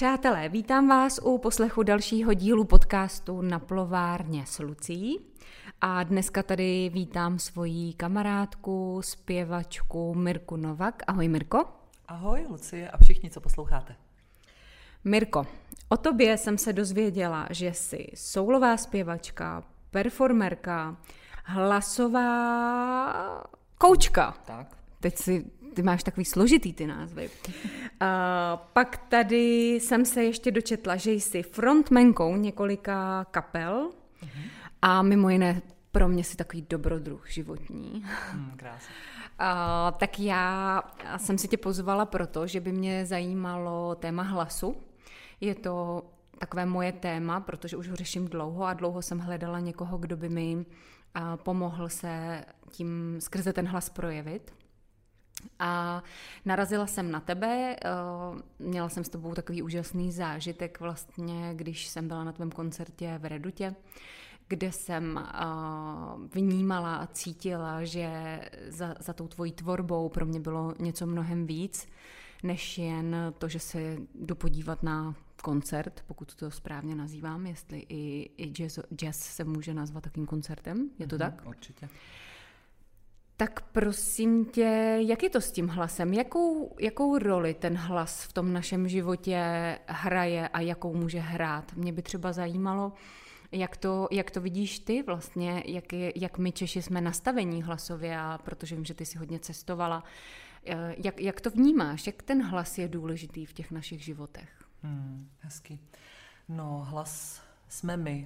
Přátelé, vítám vás u poslechu dalšího dílu podcastu Na plovárně s Lucí. A dneska tady vítám svoji kamarádku, zpěvačku Mirku Novak. Ahoj Mirko. Ahoj Lucie a všichni, co posloucháte. Mirko, o tobě jsem se dozvěděla, že jsi soulová zpěvačka, performerka, hlasová koučka. Tak. Ty máš takový složitý ty názvy. Pak tady jsem se ještě dočetla, že jsi frontmankou několika kapel a mimo jiné pro mě jsi takový dobrodruh životní. Krásně. Tak já jsem si tě pozvala proto, že by mě zajímalo téma hlasu. Je to takové moje téma, protože už ho řeším dlouho a dlouho jsem hledala někoho, kdo by mi pomohl se tím skrze ten hlas projevit. A narazila jsem na tebe, měla jsem s tebou takový úžasný zážitek vlastně, když jsem byla na tvém koncertě v Redutě, kde jsem vnímala a cítila, že za tou tvojí tvorbou pro mě bylo něco mnohem víc, než jen to, že se jdu podívat na koncert, pokud to správně nazývám, jestli i jazz se může nazvat takým koncertem, je to tak? Určitě. Tak prosím tě, jak je to s tím hlasem? Jakou roli ten hlas v tom našem životě hraje a jakou může hrát? Mě by třeba zajímalo, jak to vidíš ty vlastně, jak my Češi jsme nastavení hlasově, a protože vím, že ty jsi hodně cestovala. Jak to vnímáš? Jak ten hlas je důležitý v těch našich životech? Hezký. No, hlas jsme my.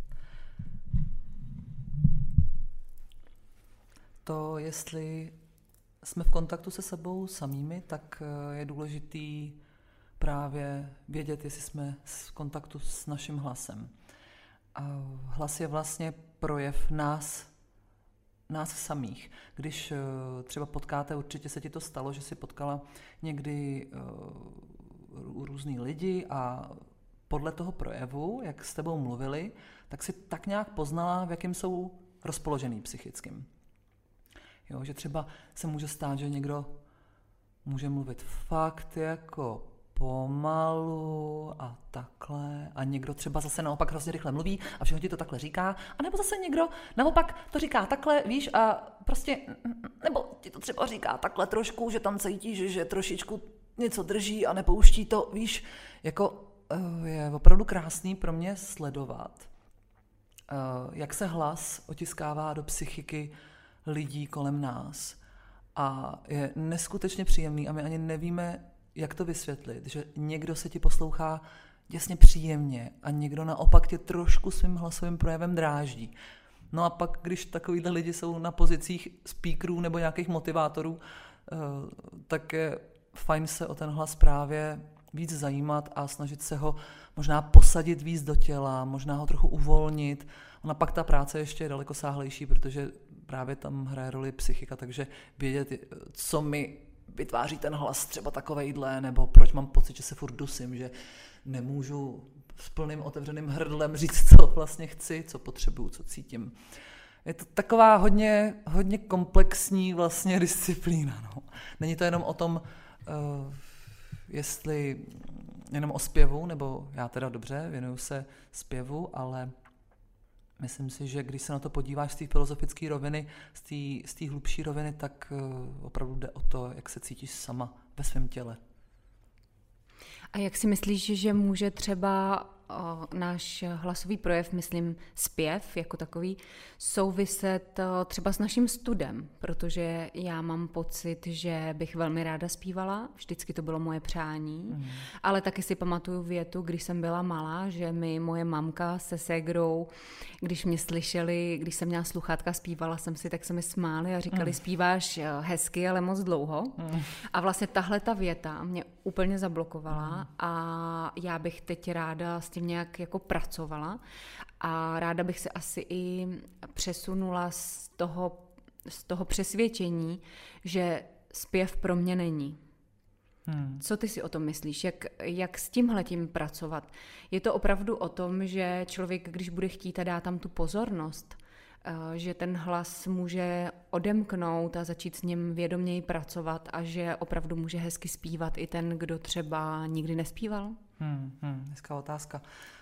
To, jestli jsme v kontaktu se sebou samými, tak je důležitý právě vědět, jestli jsme v kontaktu s naším hlasem. A hlas je vlastně projev nás samých. Když třeba potkáte, určitě se ti to stalo, že si potkala někdy různý lidi a podle toho projevu, jak s tebou mluvili, tak si tak nějak poznala, v jakém jsou rozpoložený psychickým. Jo, že třeba se může stát, že někdo může mluvit fakt jako pomalu a takhle a někdo třeba zase naopak hrozně rychle mluví a všechno ti to takhle říká, a nebo zase někdo naopak to říká takhle, víš, a prostě, nebo ti to třeba říká takhle trošku, že tam cítíš, že trošičku něco drží a nepouští to, víš, jako je opravdu krásný pro mě sledovat, jak se hlas otiskává do psychiky lidí kolem nás. A je neskutečně příjemný a my ani nevíme, jak to vysvětlit, že někdo se ti poslouchá děsně příjemně a někdo naopak tě trošku svým hlasovým projevem dráždí. No a pak, když takovýhle lidi jsou na pozicích speakerů nebo nějakých motivátorů, tak je fajn se o ten hlas právě víc zajímat a snažit se ho možná posadit víc do těla, možná ho trochu uvolnit. Ona pak ta práce ještě je daleko sáhlejší, protože právě tam hraje roli psychika, takže vědět, co mi vytváří ten hlas třeba takovejhle, nebo proč mám pocit, že se furt dusím, že nemůžu s plným otevřeným hrdlem říct, co vlastně chci, co potřebuju, co cítím. Je to taková hodně komplexní vlastně disciplína. No. Není to jenom o tom, jestli jenom o zpěvu, nebo já teda dobře, věnuju se zpěvu, ale myslím si, že když se na to podíváš z té filozofické roviny, z té hlubší roviny, tak opravdu jde o to, jak se cítíš sama ve svém těle. A jak si myslíš, že může třeba náš hlasový projev, myslím zpěv jako takový, souviset třeba s naším studem? Protože já mám pocit, že bych velmi ráda zpívala, vždycky to bylo moje přání, ale taky si pamatuju větu, když jsem byla malá, že mi moje mamka se ségrou, když mě slyšeli, když jsem měla sluchátka, zpívala jsem si, tak se mi smáli a říkali, zpíváš hezky, ale moc dlouho. A vlastně tahle ta věta mě úplně zablokovala a já bych teď ráda s tím nějak jako pracovala a ráda bych se asi i přesunula z toho přesvědčení, že zpěv pro mě není. Co ty si o tom myslíš? Jak s tímhletím pracovat? Je to opravdu o tom, že člověk, když bude chtít a dá tam tu pozornost, že ten hlas může odemknout a začít s ním vědoměji pracovat a že opravdu může hezky zpívat i ten, kdo třeba nikdy nespíval? Hezká otázka.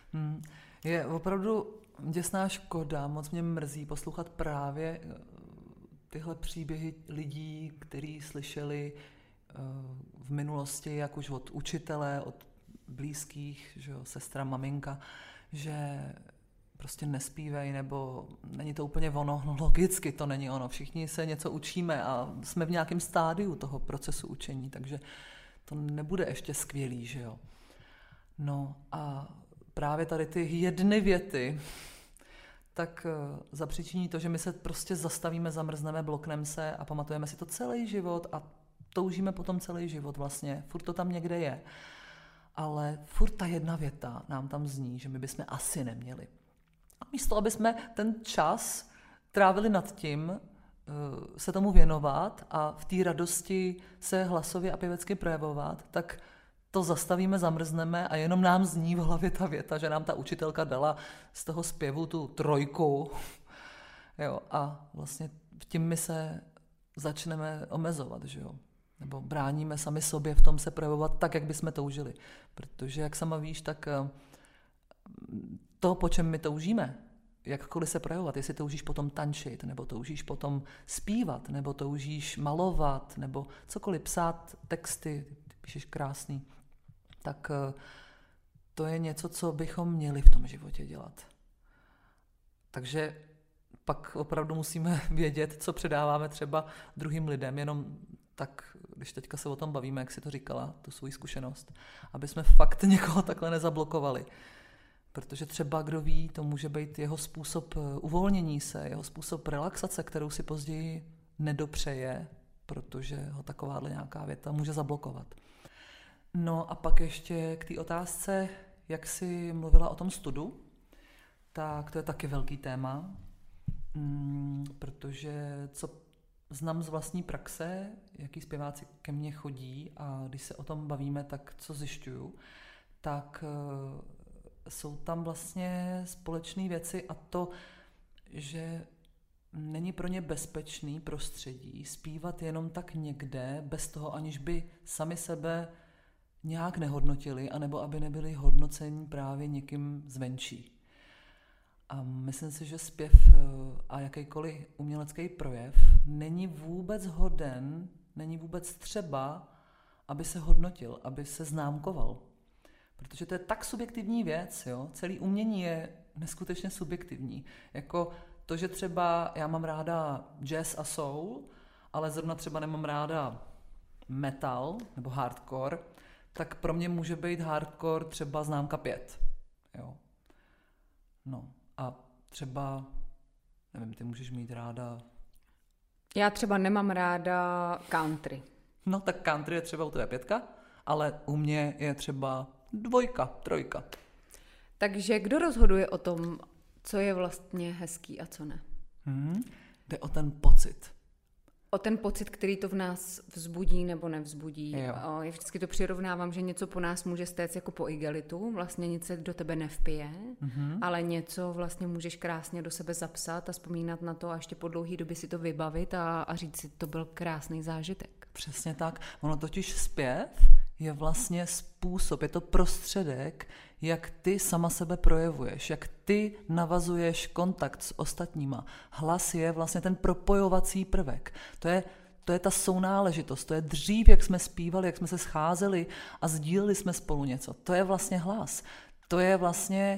Je opravdu děsná škoda, moc mě mrzí poslouchat právě tyhle příběhy lidí, kteří slyšeli v minulosti, jak už od učitele, od blízkých, že jo, sestra, maminka, že prostě nespívají, nebo není to úplně ono, no logicky to není ono, všichni se něco učíme a jsme v nějakém stádiu toho procesu učení, takže to nebude ještě skvělý, že jo. No a právě tady ty jedny věty, tak zapříčiní to, že my se prostě zastavíme, zamrzneme, blokneme se a pamatujeme si to celý život a toužíme potom celý život vlastně, furt to tam někde je. Ale furt ta jedna věta nám tam zní, že my bychom asi neměli. A místo, aby jsme ten čas trávili nad tím, se tomu věnovat a v té radosti se hlasově a pěvecky projevovat, tak to zastavíme, zamrzneme a jenom nám zní v hlavě ta věta, že nám ta učitelka dala z toho zpěvu tu 3. Jo, a vlastně tím my se začneme omezovat, že jo? Nebo bráníme sami sobě v tom se projevovat tak, jak bychom toužili. Protože, jak sama víš, tak to, po čem my toužíme, jakkoliv se projevovat, jestli toužíš potom tančit, nebo toužíš potom zpívat, nebo toužíš malovat, nebo cokoliv, psát texty, ty píšeš krásný, tak to je něco, co bychom měli v tom životě dělat. Takže pak opravdu musíme vědět, co předáváme třeba druhým lidem, jenom tak, když teďka se o tom bavíme, jak jsi to říkala, tu svou zkušenost, aby jsme fakt někoho takhle nezablokovali. Protože třeba, kdo ví, to může být jeho způsob uvolnění se, jeho způsob relaxace, kterou si později nedopřeje, protože ho takováhle nějaká věta může zablokovat. No a pak ještě k té otázce, jak jsi mluvila o tom studu, tak to je taky velký téma, protože co znám z vlastní praxe, jaký zpěváci ke mně chodí a když se o tom bavíme, tak co zjišťuju, tak jsou tam vlastně společné věci a to, že není pro ně bezpečný prostředí zpívat jenom tak někde, bez toho, aniž by sami sebe nějak nehodnotili, anebo aby nebyli hodnoceni právě někým zvenčí. A myslím si, že zpěv a jakýkoliv umělecký projev není vůbec hoden, není vůbec třeba, aby se hodnotil, aby se známkoval. Protože to je tak subjektivní věc, jo? Celý umění je neskutečně subjektivní. Jako to, že třeba já mám ráda jazz a soul, ale zrovna třeba nemám ráda metal nebo hardcore, tak pro mě může být hardcore třeba známka 5. Jo? No a třeba, nevím, ty můžeš mít ráda... Já třeba nemám ráda country. No tak country je třeba u tebe 5, ale u mě je třeba 2, 3. Takže kdo rozhoduje o tom, co je vlastně hezký a co ne? Jde o ten pocit. O ten pocit, který to v nás vzbudí nebo nevzbudí. Jo. Já vždycky to přirovnávám, že něco po nás může stéct jako po igelitu, vlastně nic se do tebe nevpije, ale něco vlastně můžeš krásně do sebe zapsat a vzpomínat na to a ještě po dlouhý době si to vybavit a říct si, to byl krásný zážitek. Přesně tak. Ono totiž zpěv je vlastně způsob, je to prostředek, jak ty sama sebe projevuješ, jak ty navazuješ kontakt s ostatníma. Hlas je vlastně ten propojovací prvek. To je ta sounáležitost, to je dřív, jak jsme zpívali, jak jsme se scházeli a sdíleli jsme spolu něco. To je vlastně hlas. To je vlastně,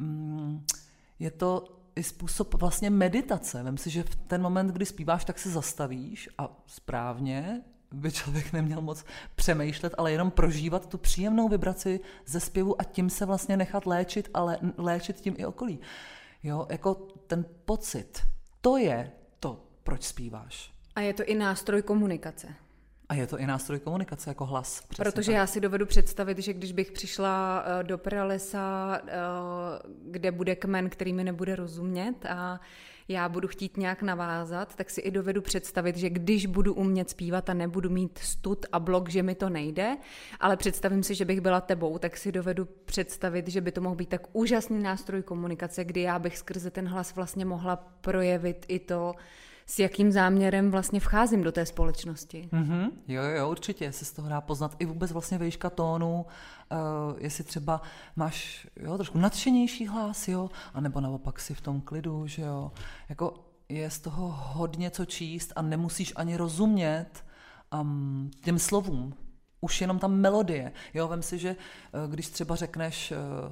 je to i způsob vlastně meditace. Vem si, že v ten moment, kdy zpíváš, tak se zastavíš a správně by člověk neměl moc přemýšlet, ale jenom prožívat tu příjemnou vibraci ze zpěvu a tím se vlastně nechat léčit, ale léčit tím i okolí. Jo, jako ten pocit, to je to, proč zpíváš. A je to i nástroj komunikace. A je to i nástroj komunikace jako hlas. Protože já si dovedu představit, že když bych přišla do pralesa, kde bude kmen, který mi nebude rozumět a já budu chtít nějak navázat, tak si i dovedu představit, že když budu umět zpívat a nebudu mít stud a blok, že mi to nejde, ale představím si, že bych byla tebou, tak si dovedu představit, že by to mohl být tak úžasný nástroj komunikace, kdy já bych skrze ten hlas vlastně mohla projevit i to s jakým záměrem vlastně vcházím do té společnosti. Jo, určitě se z toho dá poznat i vůbec vlastně výška tónu, jestli třeba máš trošku nadšenější hlas, anebo naopak si v tom klidu, že jo. Jako je z toho hodně co číst a nemusíš ani rozumět těm slovům. Už jenom ta melodie. Jo, vem si, že když třeba řekneš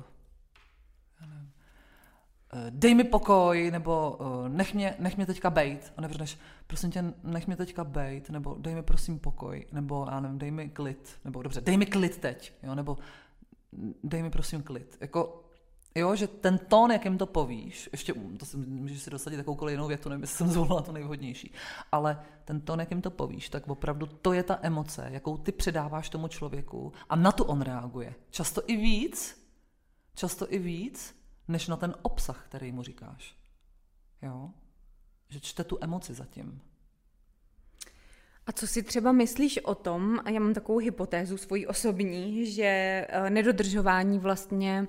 dej mi pokoj, nebo nech mě teďka bejt, a neřekneš, prosím tě, nech mě teďka bejt, nebo dej mi prosím pokoj, nebo já nevím, dej mi klid, nebo dobře, dej mi klid teď, jo, nebo dej mi prosím klid. Jako, jo, že ten tón, jakým to povíš, ještě můžeš si dosadit takovou jinou větu, nevím, jestli jsem zvolila to nejvhodnější, ale ten tón, jakým to povíš, tak opravdu to je ta emoce, jakou ty předáváš tomu člověku a na tu on reaguje. Často i víc, než na ten obsah, který mu říkáš. Jo? Že čte tu emoci zatím. A co si třeba myslíš o tom, a já mám takovou hypotézu svoji osobní, že nedodržování vlastně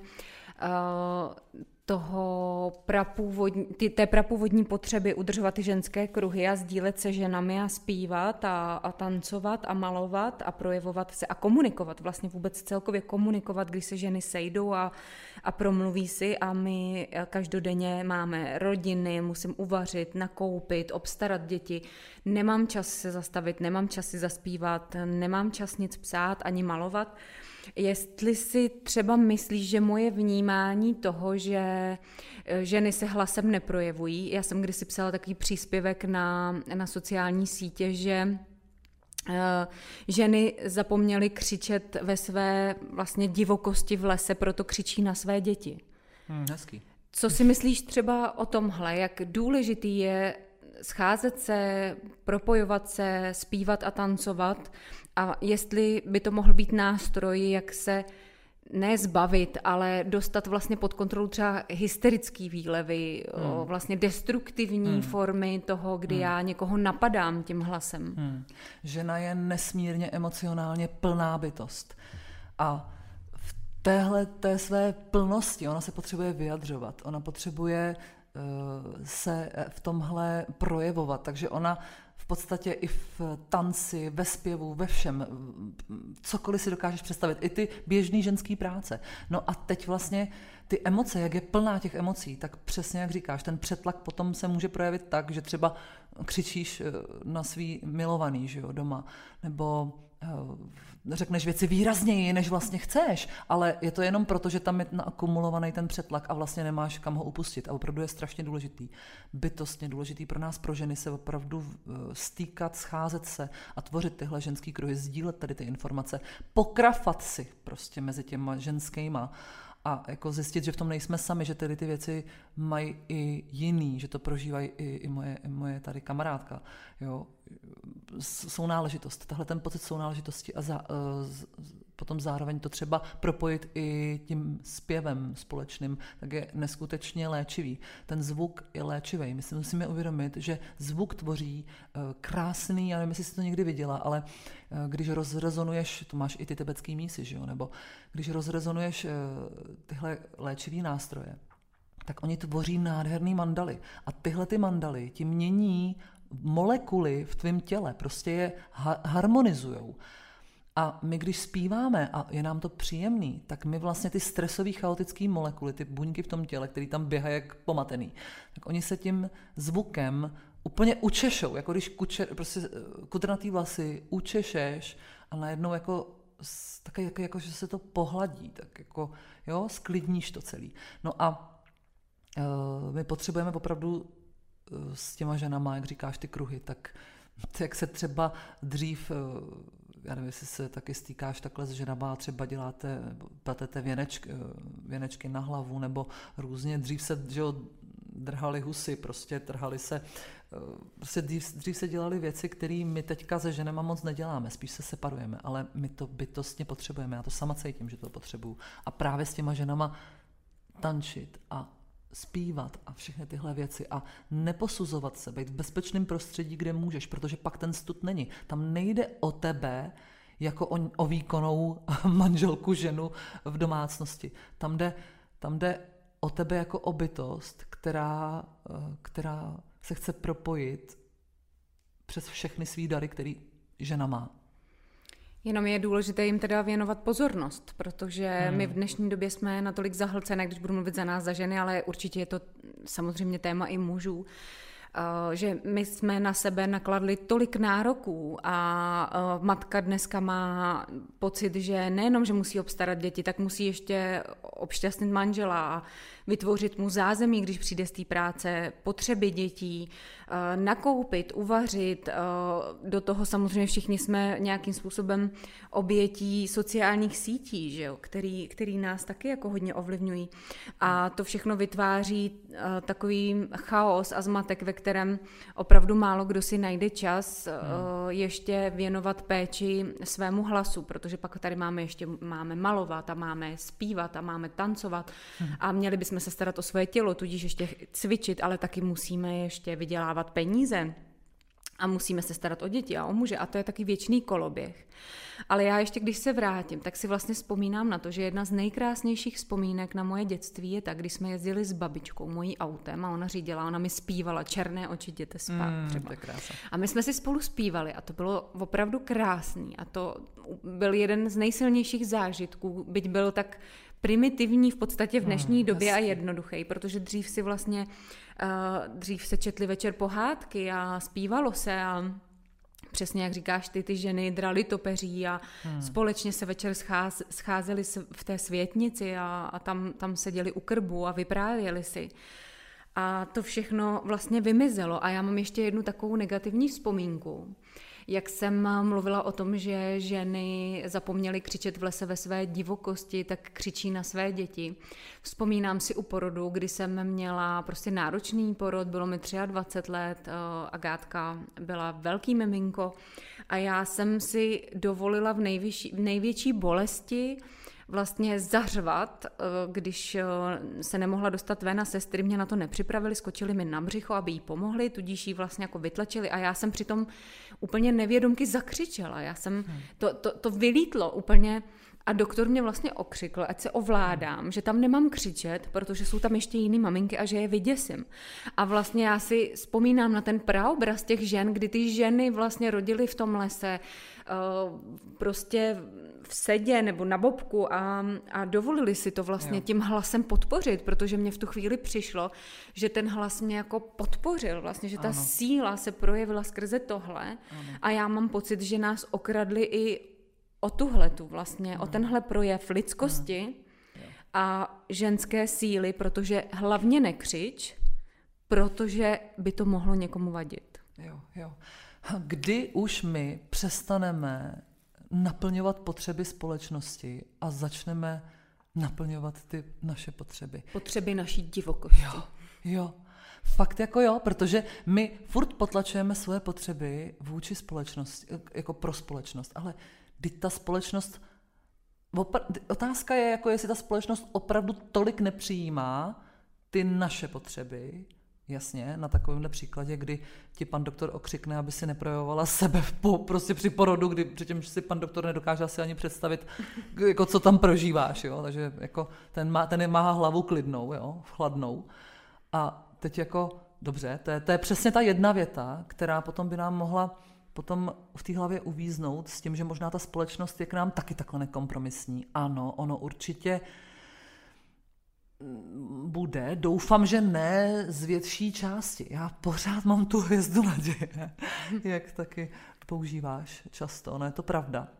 té prapůvodní potřeby udržovat ty ženské kruhy a sdílet se ženami a zpívat a tancovat a malovat a projevovat se a komunikovat, vlastně vůbec celkově komunikovat, když se ženy sejdou a promluví si a my každodenně máme rodiny, musím uvařit, nakoupit, obstarat děti, nemám čas se zastavit, nemám čas si zaspívat, nemám čas nic psát ani malovat. Jestli si třeba myslíš, že moje vnímání toho, že ženy se hlasem neprojevují, já jsem kdysi psala takový příspěvek na sociální sítě, že ženy zapomněly křičet ve své vlastně divokosti v lese, proto křičí na své děti. Hezký. Co si myslíš třeba o tomhle, jak důležitý je scházet se, propojovat se, zpívat a tancovat a jestli by to mohl být nástroj, jak se nezbavit, ale dostat vlastně pod kontrolu třeba hysterický výlevy, vlastně destruktivní formy toho, kdy já někoho napadám tím hlasem. Žena je nesmírně emocionálně plná bytost a v té své plnosti ona se potřebuje vyjadřovat, ona potřebuje se v tomhle projevovat, takže ona v podstatě i v tanci, ve zpěvu, ve všem, cokoliv si dokážeš představit, i ty běžný ženský práce. No a teď vlastně ty emoce, jak je plná těch emocí, tak přesně jak říkáš, ten přetlak potom se může projevit tak, že třeba křičíš na svý milovaný, že jo, doma, nebo řekneš věci výrazněji, než vlastně chceš, ale je to jenom proto, že tam je naakumulovaný ten přetlak a vlastně nemáš kam ho upustit. A opravdu je strašně důležitý, bytostně důležitý pro nás, pro ženy, se opravdu stýkat, scházet se a tvořit tyhle ženský kruhy, sdílet tady ty informace, pokrafat si prostě mezi těma ženskýma a jako zjistit, že v tom nejsme sami, že ty věci mají i jiný, že to prožívají i moje tady kamarádka. Jo. Sounáležitost, tahle ten pocit sounáležitosti a potom zároveň to třeba propojit i tím zpěvem společným, tak je neskutečně léčivý. Ten zvuk je léčivý. My si musíme uvědomit, že zvuk tvoří krásný, já nevím, jestli jsi to někdy viděla, ale když rozrezonuješ, to máš i ty tibetský mísy, že jo? Nebo když rozrezonuješ tyhle léčivý nástroje, tak oni tvoří nádherný mandaly. A tyhle ty mandaly ti mění molekuly v tvém těle, prostě je harmonizujou. A my, když zpíváme a je nám to příjemný, tak my vlastně ty stresové chaotické molekuly, ty buňky v tom těle, které tam běhají jak pomatený, tak oni se tím zvukem úplně učešou, jako když prostě kudrnatý vlasy učešeš a najednou jako že se to pohladí, tak jako, jo, sklidníš to celý. No a my potřebujeme opravdu s těma ženama, jak říkáš, ty kruhy, tak jak se třeba dřív, já nevím, jestli se taky stýkáš takhle s ženama, třeba platete věnečky na hlavu, nebo různě, dřív se, že jo, drhali husy, prostě trhali se, prostě dřív se dělaly věci, které my teďka se ženama moc neděláme, spíš se separujeme, ale my to bytostně potřebujeme, já to sama cítím, že to potřebuju. A právě s těma ženama tančit a zpívat a všechny tyhle věci a neposuzovat se, být v bezpečném prostředí, kde můžeš, protože pak ten stud není. Tam nejde o tebe jako o výkonnou manželku, ženu v domácnosti. Tam jde o tebe jako o bytost, která se chce propojit přes všechny svý dary, který žena má. Jenom je důležité jim teda věnovat pozornost, protože my v dnešní době jsme natolik zahlcené, když budu mluvit za nás, za ženy, ale určitě je to samozřejmě téma i mužů, že my jsme na sebe nakladli tolik nároků a matka dneska má pocit, že nejenom, že musí obstarat děti, tak musí ještě obšťastnit manžela a vytvořit mu zázemí, když přijde z té práce, potřeby dětí, nakoupit, uvařit. Do toho samozřejmě všichni jsme nějakým způsobem obětí sociálních sítí, že jo? Který nás taky jako hodně ovlivňují. A to všechno vytváří takový chaos a zmatek, ve kterém opravdu málo kdo si najde čas ještě věnovat péči svému hlasu, protože pak tady máme malovat a máme zpívat a máme tancovat a měli bychom se starat o svoje tělo, tudíž ještě cvičit, ale taky musíme ještě vydělávat peníze a musíme se starat o děti a o muže a to je taky věčný koloběh. Ale já ještě, když se vrátím, tak si vlastně vzpomínám na to, že jedna z nejkrásnějších vzpomínek na moje dětství je tak, když jsme jezdili s babičkou, mojí autem a ona řídila, ona mi zpívala Černé oči, jděte spát třeba. A my jsme si spolu zpívali a to bylo opravdu krásný a to byl jeden z nejsilnějších zážitků, byť byl tak primitivní v podstatě v dnešní době a jednoduchý, protože dřív se četly večer pohádky a zpívalo se a přesně jak říkáš ty ženy drali topeří a společně se večer scházeli v té světnici a tam seděli u krbu a vyprávěli si. A to všechno vlastně vymizelo a já mám ještě jednu takovou negativní vzpomínku. Jak jsem mluvila o tom, že ženy zapomněly křičet v lese ve své divokosti, tak křičí na své děti. Vzpomínám si u porodu, kdy jsem měla prostě náročný porod, bylo mi 23 let, Agátka byla velký miminko a já jsem si dovolila v největší bolesti vlastně zařvat, když se nemohla dostat ven a sestry mě na to nepřipravili, skočili mi na břicho, aby jí pomohli, tudíž jí vlastně jako vytlačili a já jsem přitom úplně nevědomky zakřičela. Já jsem, to vylítlo úplně a doktor mě vlastně okřikl, ať se ovládám, že tam nemám křičet, protože jsou tam ještě jiný maminky a že je vyděsím. A vlastně já si vzpomínám na ten praobraz těch žen, kdy ty ženy vlastně rodily v tom lese, prostě v sedě nebo na bobku a dovolili si to vlastně tím hlasem podpořit, protože mě v tu chvíli přišlo, že ten hlas mě jako podpořil vlastně, že ta síla se projevila skrze tohle a já mám pocit, že nás okradli i o tuhletu vlastně, o tenhle projev lidskosti a ženské síly, protože hlavně nekřič, protože by to mohlo někomu vadit. Jo. Kdy už my přestaneme naplňovat potřeby společnosti a začneme naplňovat ty naše potřeby? Potřeby naší divokosti. Jo. Fakt jako jo, protože my furt potlačujeme svoje potřeby vůči společnosti, jako pro společnost, ale teď ta společnost, otázka je, jako jestli ta společnost opravdu tolik nepřijímá ty naše potřeby, jasně, na takovémhle příkladě, kdy ti pan doktor okřikne, aby si neprojevovala sebe prostě při porodu, kdy přičemž si pan doktor nedokáže asi ani představit, jako co tam prožíváš, jo, takže jako ten má hlavu klidnou, jo, chladnou. A teď jako, dobře, to je přesně ta jedna věta, která potom by nám mohla potom v té hlavě uvíznout s tím, že možná ta společnost je k nám taky takhle nekompromisní. Ano, ono určitě bude, doufám, že ne z větší části. Já pořád mám tu hvězdu naděje, jak taky používáš často, ono je to pravda.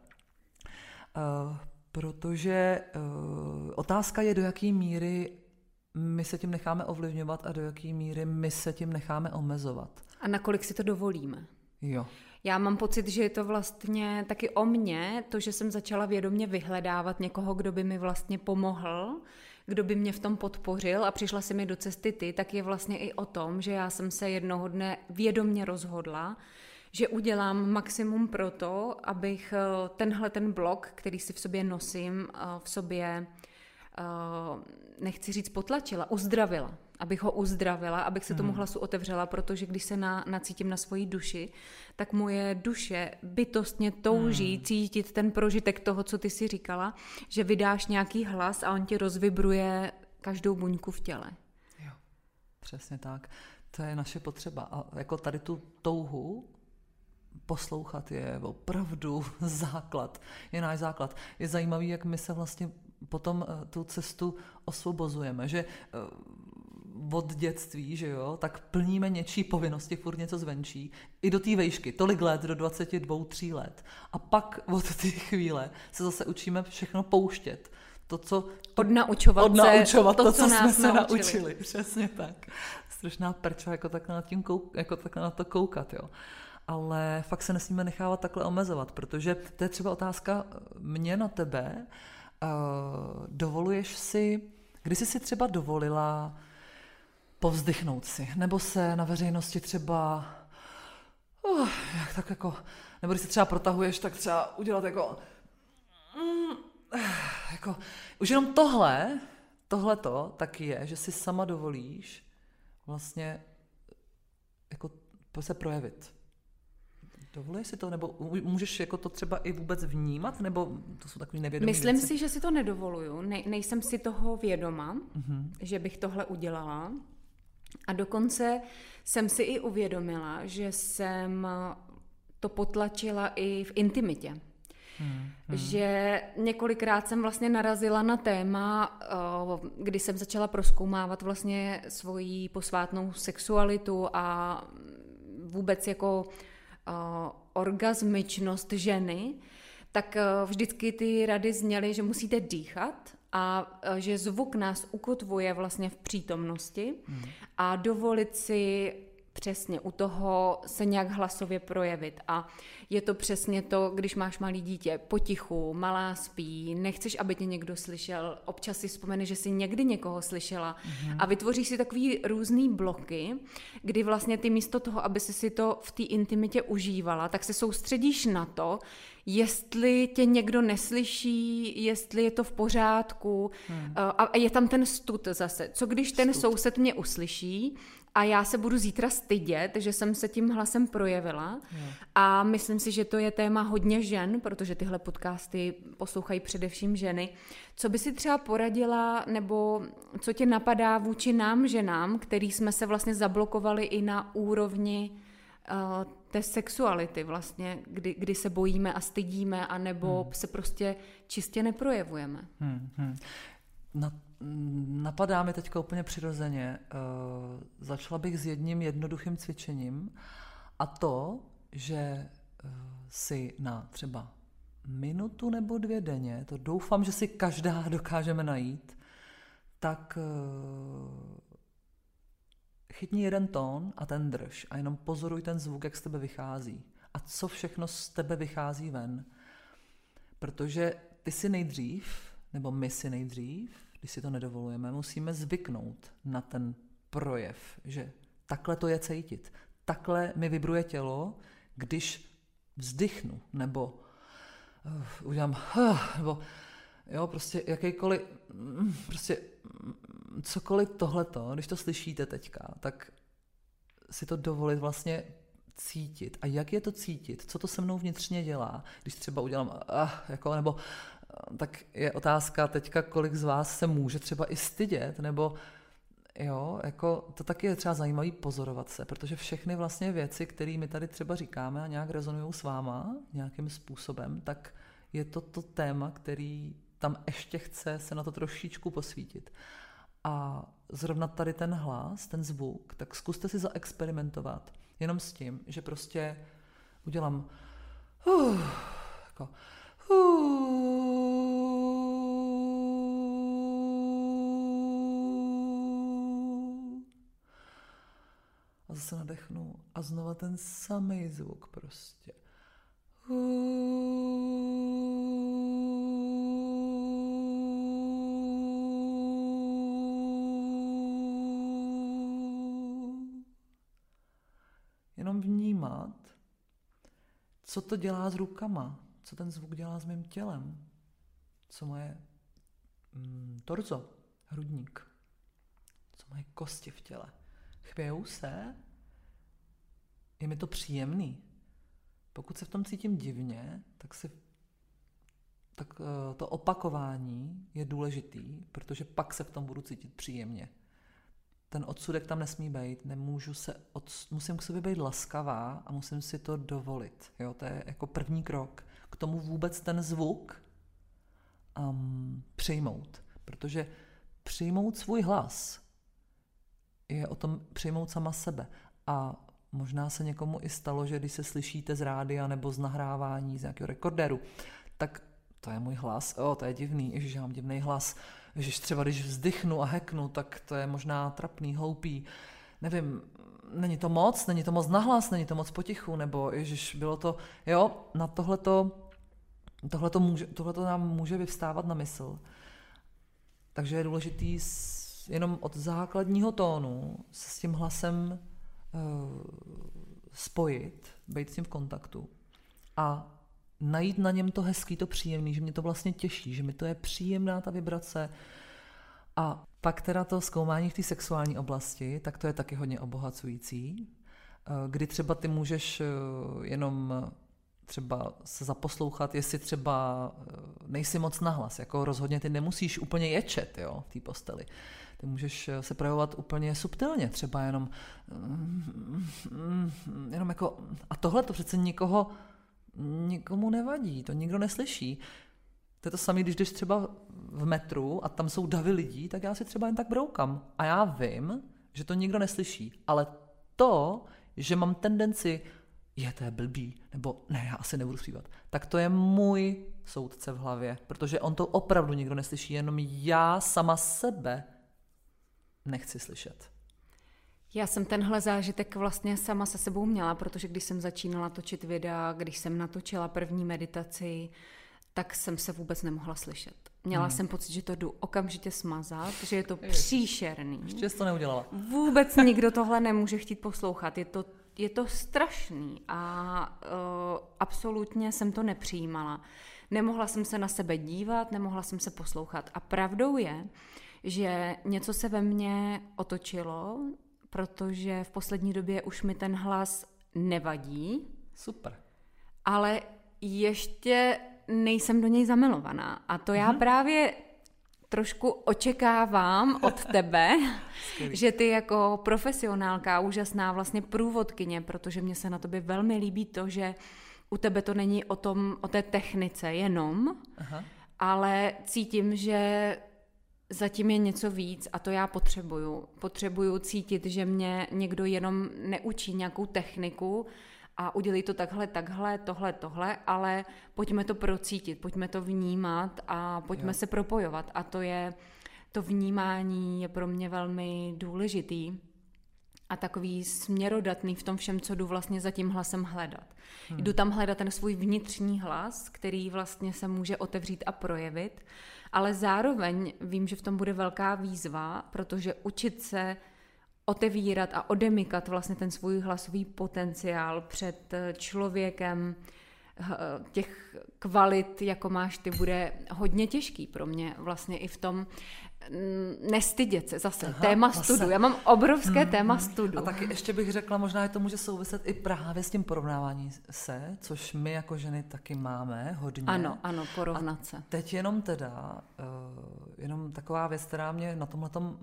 Protože otázka je, do jaké míry my se tím necháme ovlivňovat a do jaké míry my se tím necháme omezovat. A nakolik si to dovolíme. Jo. Já mám pocit, že je to vlastně taky o mně, to, že jsem začala vědomě vyhledávat někoho, kdo by mi vlastně pomohl, kdo by mě v tom podpořil a přišla si mi do cesty ty, tak je vlastně i o tom, že já jsem se jednoho dne vědomě rozhodla, že udělám maximum pro to, abych ten blok, který si v sobě nosím, v sobě, nechci říct potlačila, uzdravila. Abych ho uzdravila, abych se tomu hlasu otevřela, protože když se nacítím na svoji duši, tak moje duše bytostně touží cítit ten prožitek toho, co ty si říkala, že vydáš nějaký hlas a on ti rozvibruje každou buňku v těle. Jo, přesně tak. To je naše potřeba. A jako tady tu touhu poslouchat je opravdu základ, je náš základ. Je zajímavý, jak my se vlastně potom tu cestu osvobozujeme, že od dětství, že jo, tak plníme něčí povinnosti, furt něco zvenčí, i do té vejšky, tolik let, do 22, 3 let. A pak od té chvíle se zase učíme všechno pouštět. Odnaučovat to, co jsme se naučili. Přesně tak. Strašná prča, jako takhle na to koukat, jo. Ale fakt se nesmíme nechávat takhle omezovat, protože to je třeba otázka mě na tebe. Dovoluješ si, kdy jsi si třeba dovolila povzdychnout si, nebo se na veřejnosti třeba tak jako, nebo když se třeba protahuješ, tak třeba udělat jako už jenom tohleto taky je, že si sama dovolíš vlastně jako se projevit. Dovoluješ si to, nebo můžeš jako to třeba i vůbec vnímat, nebo to jsou takový nevědomí Myslím věci? si, že si to nedovoluju. Nejsem si toho vědoma, že bych tohle udělala. A dokonce jsem si i uvědomila, že jsem to potlačila i v intimitě. Že několikrát jsem vlastně narazila na téma, kdy jsem začala prozkoumávat vlastně svoji posvátnou sexualitu a vůbec jako orgasmičnost ženy, tak vždycky ty rady zněly, že musíte dýchat a že zvuk nás ukotvuje vlastně v přítomnosti a dovolit si přesně u toho se nějak hlasově projevit. A je to přesně to, když máš malý dítě, potichu, malá spí, nechceš, aby tě někdo slyšel, občas si vzpomeneš, že jsi někdy někoho slyšela a vytvoříš si takový různý bloky, kdy vlastně ty místo toho, aby si to v té intimitě užívala, tak se soustředíš na to, jestli tě někdo neslyší, jestli je to v pořádku a je tam ten stud zase. Co když ten soused mě uslyší a já se budu zítra stydět, že jsem se tím hlasem projevila a myslím si, že to je téma hodně žen, protože tyhle podcasty poslouchají především ženy. Co by si třeba poradila, nebo co tě napadá vůči nám ženám, který jsme se vlastně zablokovali i na úrovni té sexuality vlastně, kdy se bojíme a stydíme, anebo se prostě čistě neprojevujeme. Napadá mi teďka úplně přirozeně. Začala bych s jedním jednoduchým cvičením a to, že si na třeba minutu nebo 2 denně, to doufám, že si každá dokážeme najít, tak chytni jeden tón a ten drž a jenom pozoruj ten zvuk, jak z tebe vychází a co všechno z tebe vychází ven. Protože ty si nejdřív, nebo my si nejdřív, když si to nedovolujeme, musíme zvyknout na ten projev, že takhle to je cítit. Takhle mi vibruje tělo, když vzdychnu, nebo udělám, nebo jo, prostě jakýkoliv, prostě cokoliv tohleto, když to slyšíte teďka, tak si to dovolit vlastně cítit. A jak je to cítit? Co to se mnou vnitřně dělá? Když třeba udělám, jako, nebo tak je otázka teďka, kolik z vás se může třeba i stydět, nebo jo, jako to taky je třeba zajímavý pozorovat se, protože všechny vlastně věci, které my tady třeba říkáme a nějak rezonují s váma nějakým způsobem, tak je to téma, který tam ještě chce se na to trošičku posvítit. A zrovna tady ten hlas, ten zvuk, tak zkuste si zaexperimentovat jenom s tím, že prostě udělám jako a zase nadechnu a znova ten samý zvuk prostě. Jenom vnímat, co to dělá s rukama, co ten zvuk dělá s mým tělem, co moje torzo, hrudník, co moje kosti v těle. Chvějou se, je mi to příjemný. Pokud se v tom cítím divně, tak to opakování je důležitý, protože pak se v tom budu cítit příjemně. ten odsudek tam nesmí být, musím k sobě být laskavá a musím si to dovolit. Jo? To je jako první krok k tomu vůbec ten zvuk přijmout. Protože přijmout svůj hlas je o tom přijmout sama sebe. A možná se někomu i stalo, že když se slyšíte z rádia nebo z nahrávání z nějakého rekordéru, tak to je můj hlas, to je divný, ježiš, já mám divný hlas, ježiš, třeba když vzdychnu a heknu, tak to je možná trapný, hloupý, nevím, není to moc nahlas, není to moc potichu, nebo ježiš, bylo to, na tohleto nám může vyvstávat na mysl. Takže je důležitý jenom od základního tónu se s tím hlasem spojit, být s tím v kontaktu a najít na něm to hezký, to příjemný, že mě to vlastně těší, že mi to je příjemná ta vibrace. A pak teda to zkoumání v té sexuální oblasti, tak to je taky hodně obohacující, kdy třeba ty můžeš jenom třeba se zaposlouchat, jestli třeba nejsi moc nahlas, jako rozhodně ty nemusíš úplně ječet, jo, v té posteli. Ty můžeš se projevovat úplně subtilně, třeba jenom jako, a tohle to přece nikomu nevadí, to nikdo neslyší. To je to samé, když jdeš třeba v metru a tam jsou davy lidí, tak já si třeba jen tak broukám. A já vím, že to nikdo neslyší. Ale to, že mám tendenci, to je blbý, nebo ne, já asi nebudu zpívat, tak to je můj soudce v hlavě, protože on to opravdu nikdo neslyší, jenom já sama sebe nechci slyšet. Já jsem tenhle zážitek vlastně sama se sebou měla, protože když jsem začínala točit videa, když jsem natočila první meditaci, tak jsem se vůbec nemohla slyšet. Měla jsem pocit, že to jdu okamžitě smazat, že je to příšerný. Ještě jsi to neudělala. Vůbec nikdo tohle nemůže chtít poslouchat. Je to strašný a absolutně jsem to nepřijímala. Nemohla jsem se na sebe dívat, nemohla jsem se poslouchat. A pravdou je, že něco se ve mně otočilo, protože v poslední době už mi ten hlas nevadí. Super. Ale ještě nejsem do něj zamilovaná. A to já právě trošku očekávám od tebe, že ty jako profesionálka, úžasná vlastně průvodkyně, protože mně se na tobě velmi líbí to, že u tebe to není o té technice jenom, ale cítím, že zatím je něco víc a to já potřebuju. Potřebuju cítit, že mě někdo jenom neučí nějakou techniku a udělej to takhle, tohle, ale pojďme to procítit, pojďme to vnímat a pojďme se propojovat. A to vnímání je pro mě velmi důležitý a takový směrodatný v tom všem, co jdu vlastně za tím hlasem hledat. Jdu tam hledat ten svůj vnitřní hlas, který vlastně se může otevřít a projevit, ale zároveň vím, že v tom bude velká výzva, protože učit se otevírat a odemykat vlastně ten svůj hlasový potenciál před člověkem těch kvalit, jako máš ty, bude hodně těžký pro mě vlastně i v tom nestydět se zase. Téma studu. Já mám obrovské téma studu. A taky ještě bych řekla, možná je to může souviset i právě s tím porovnávání se, což my jako ženy taky máme hodně. Ano, porovnat se. Teď jenom teda, jenom taková věc, která mě na tomhletom...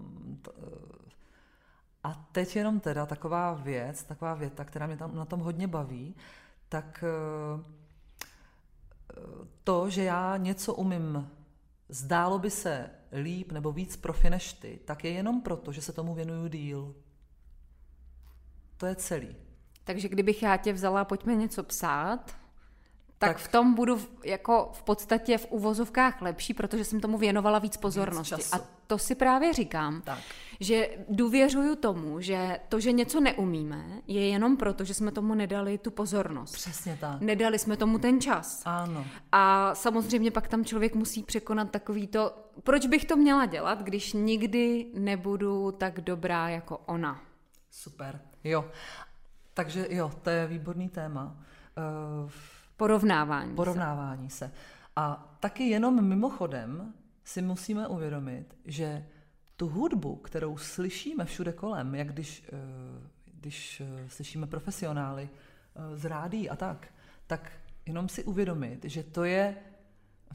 A teď jenom teda taková věta, která mě tam na tom hodně baví, tak to, že já něco umím, zdálo by se líp nebo víc profi než ty, tak je jenom proto, že se tomu věnuju díl. To je celý. Takže kdybych já tě vzala, pojďme něco psát, tak v tom budu jako v podstatě v uvozovkách lepší, protože jsem tomu věnovala víc pozornosti. A to si právě říkám, že důvěřuju tomu, že to, že něco neumíme, je jenom proto, že jsme tomu nedali tu pozornost. Přesně tak. Nedali jsme tomu ten čas. Ano. A samozřejmě pak tam člověk musí překonat takový to, proč bych to měla dělat, když nikdy nebudu tak dobrá jako ona. Super. Jo. Takže jo, to je výborný téma. Porovnávání se. A taky jenom mimochodem si musíme uvědomit, že tu hudbu, kterou slyšíme všude kolem, jak když slyšíme profesionály z rádií a tak jenom si uvědomit, že to je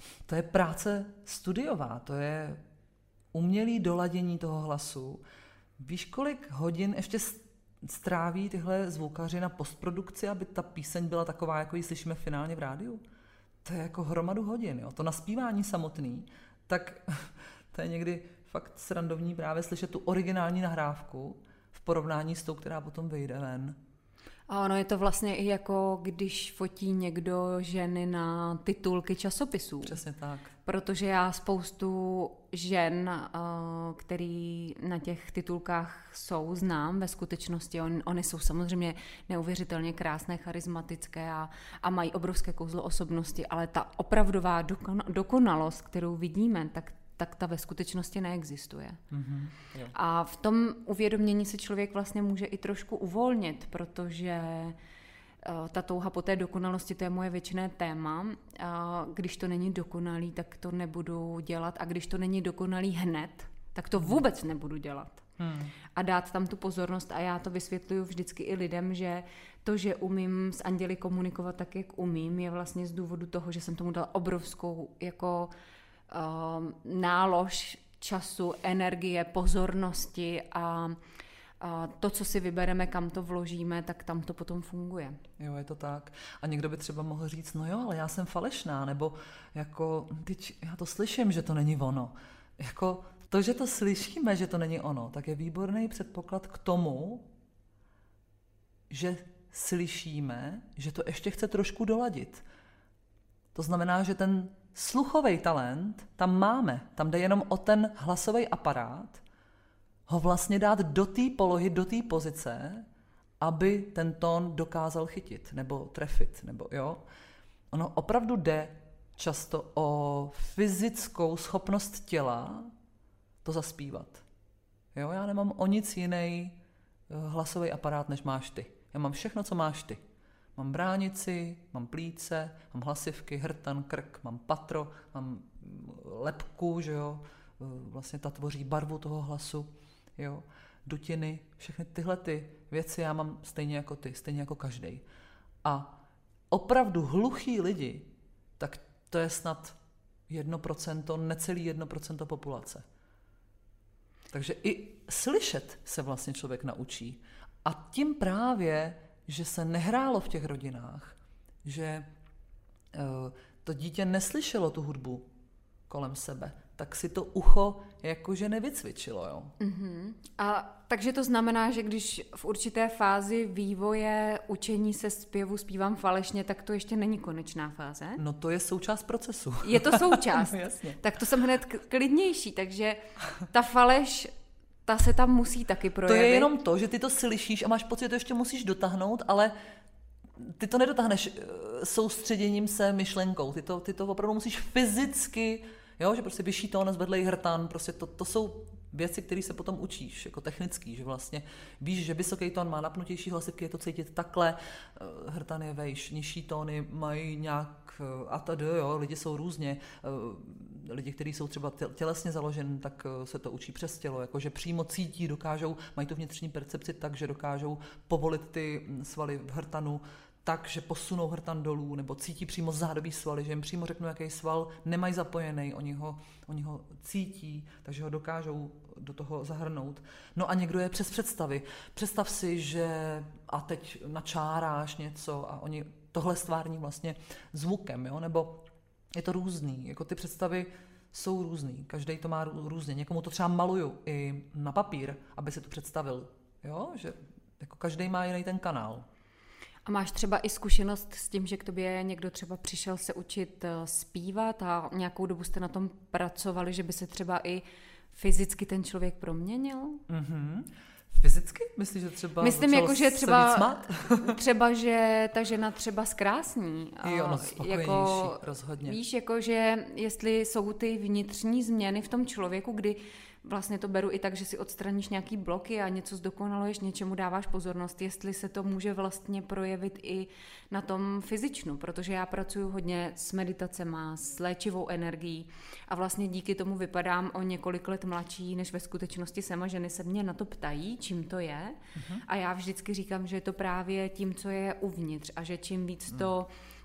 práce studiová, to je umělé doladění toho hlasu, víš, kolik hodin ještě stráví tyhle zvukaři na postprodukci, aby ta píseň byla taková, jako ji slyšíme finálně v rádiu? To je jako hromadu hodin, jo. To naspívání samotný, tak to je někdy fakt srandovní právě slyšet tu originální nahrávku v porovnání s tou, která potom vyjde ven. A ono je to vlastně i jako když fotí někdo ženy na titulky časopisů. Přesně tak. Protože já spoustu žen, který na těch titulkách jsou, znám ve skutečnosti. Ony jsou samozřejmě neuvěřitelně krásné, charismatické a mají obrovské kouzlo osobnosti, ale ta opravdová dokonalost, kterou vidíme, tak ta ve skutečnosti neexistuje. Mm-hmm, a v tom uvědomění se člověk vlastně může i trošku uvolnit, protože ta touha po té dokonalosti, to je moje věčné téma. Když to není dokonalý, tak to nebudu dělat, a když to není dokonalý hned, tak to vůbec nebudu dělat. A dát tam tu pozornost, a já to vysvětluju vždycky i lidem, že to, že umím s anděli komunikovat tak, jak umím, je vlastně z důvodu toho, že jsem tomu dala obrovskou jako nálož času, energie, pozornosti a to, co si vybereme, kam to vložíme, tak tam to potom funguje. Jo, je to tak. A někdo by třeba mohl říct, no jo, ale já jsem falešná, nebo jako, já to slyším, že to není ono. Jako to, že to slyšíme, že to není ono, tak je výborný předpoklad k tomu, že slyšíme, že to ještě chce trošku doladit. To znamená, že ten sluchový talent tam máme. Tam jde jenom o ten hlasový aparát, ho vlastně dát do té polohy, do té pozice, aby ten tón dokázal chytit nebo trefit. Nebo, jo. Ono opravdu jde často o fyzickou schopnost těla to zaspívat. Jo, já nemám o nic jiný hlasový aparát, než máš ty. Já mám všechno, co máš ty. Mám bránici, mám plíce, mám hlasivky, hrtan, krk, mám patro, mám lebku, že jo, vlastně ta tvoří barvu toho hlasu, jo, dutiny, všechny tyhle ty věci já mám stejně jako ty, stejně jako každej. A opravdu hluchý lidi, tak to je snad 1%, necelý 1% populace. Takže i slyšet se vlastně člověk naučí. A tím právě, že se nehrálo v těch rodinách, že to dítě neslyšelo tu hudbu kolem sebe, tak si to ucho jakože nevycvičilo. Jo? Mm-hmm. A takže to znamená, že když v určité fázi vývoje učení se zpěvu zpívám falešně, tak to ještě není konečná fáze? No to je součást procesu. Je to součást? No, jasně. Tak to jsem hned klidnější, takže ta faleš, ta se tam musí taky projevit. To je jenom to, že ty to slyšíš a máš pocit, že to ještě musíš dotáhnout, ale ty to nedotáhneš soustředěním se myšlenkou. Ty to opravdu musíš fyzicky, jo, že prostě vyšší tón, zvedlej hrtan, prostě to jsou věci, které se potom učíš, jako technický, že vlastně víš, že vysoký tón má napnutější hlasivky, je to cítit takhle, hrtan je vejš, nižší tóny mají nějak a tady, jo, lidi jsou různě, lidi, kteří jsou třeba tělesně založeni, tak se to učí přes tělo, jakože přímo cítí, dokážou, mají tu vnitřní percepci tak, že dokážou povolit ty svaly v hrtanu tak, že posunou hrtan dolů, nebo cítí přímo zádobí svaly, že jim přímo řeknu, jaký sval nemají zapojený, oni ho cítí, takže ho dokážou do toho zahrnout. No a někdo je přes představy. Představ si, že a teď načáráš něco a oni tohle stvární vlastně zvukem, jo? Nebo je to různý, jako ty představy jsou různý, každý to má různě. Někomu to třeba maluju i na papír, aby si to představil, jo? Že jako každý má jiný ten kanál. A máš třeba i zkušenost s tím, že k tobě někdo třeba přišel se učit zpívat a nějakou dobu jste na tom pracovali, že by se třeba i fyzicky ten člověk proměnil? Mm-hmm. Fyzicky? Myslíš, že třeba myslím, jako, že třeba, že ta žena třeba zkrásní. Jo, no, spokojenější, jako, rozhodně. Víš, jako, že jestli jsou ty vnitřní změny v tom člověku, kdy vlastně to beru i tak, že si odstraníš nějaký bloky a něco zdokonaluješ, něčemu dáváš pozornost, jestli se to může vlastně projevit i na tom fyzičnu, protože já pracuji hodně s meditacema, s léčivou energií a vlastně díky tomu vypadám o několik let mladší, než ve skutečnosti jsem, a ženy se mě na to ptají, čím to je, a já vždycky říkám, že je to právě tím, co je uvnitř, a že čím víc to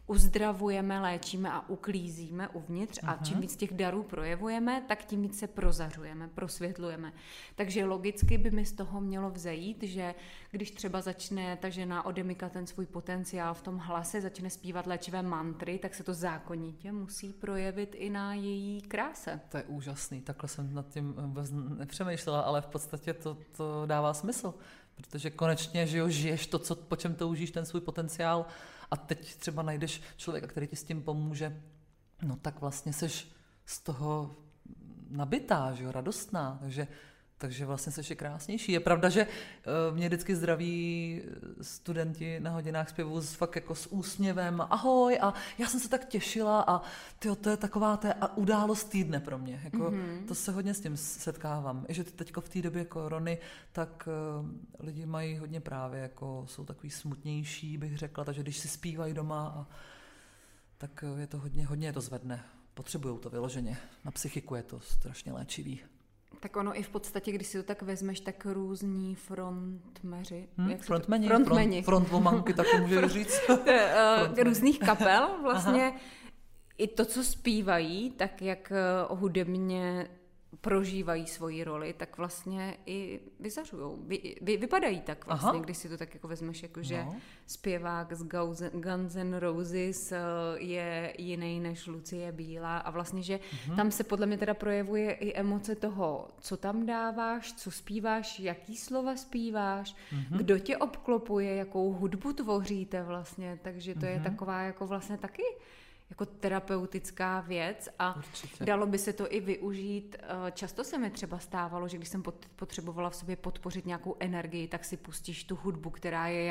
uzdravujeme, léčíme a uklízíme uvnitř a čím víc těch darů projevujeme, tak tím víc se prozařujeme, prosvětlujeme. Takže logicky by mi z toho mělo vzejít, že když třeba začne ta žena odemykat ten svůj potenciál v tom hlase, začne zpívat léčivé mantry, tak se to zákonitě musí projevit i na její kráse. To je úžasný, takhle jsem nad tím vůbec nepřemýšlela, ale v podstatě to dává smysl, protože konečně, že jo, žiješ to, po čem toužíš, ten svůj potenciál, a teď třeba najdeš člověka, který ti s tím pomůže, no tak vlastně seš z toho nabitá, že jo, radostná, takže vlastně seš i krásnější. Je pravda, že mě vždycky zdraví studenti na hodinách zpěvu fakt jako s úsměvem, ahoj, a já jsem se tak těšila a tyjo, to je taková událost týdne pro mě. Jako, to se hodně s tím setkávám. I že teďko v té době korony, tak lidi mají hodně právě, jako jsou takový smutnější, bych řekla, takže když si zpívají doma, tak je to hodně je to zvedne. Potřebujou to vyloženě. Na psychiku je to strašně léčivý. Tak ono i v podstatě, když si to tak vezmeš, tak různí frontmeři. Frontmeni. Frontwomanky taky můžu říct. Různých kapel vlastně. Aha. I to, co zpívají, tak jak hudebně prožívají svoji roli, tak vlastně i vyzařujou. Vypadají tak vlastně, když si to tak jako vezmeš, jakože zpěvák z Guns N' Roses je jiný než Lucie Bílá a vlastně, že tam se podle mě teda projevuje i emoce toho, co tam dáváš, co zpíváš, jaký slova zpíváš, kdo tě obklopuje, jakou hudbu tvoříte vlastně, takže to je taková jako vlastně taky jako terapeutická věc a určitě. Dalo by se to i využít. Často se mi třeba stávalo, že když jsem potřebovala v sobě podpořit nějakou energii, tak si pustíš tu hudbu, která je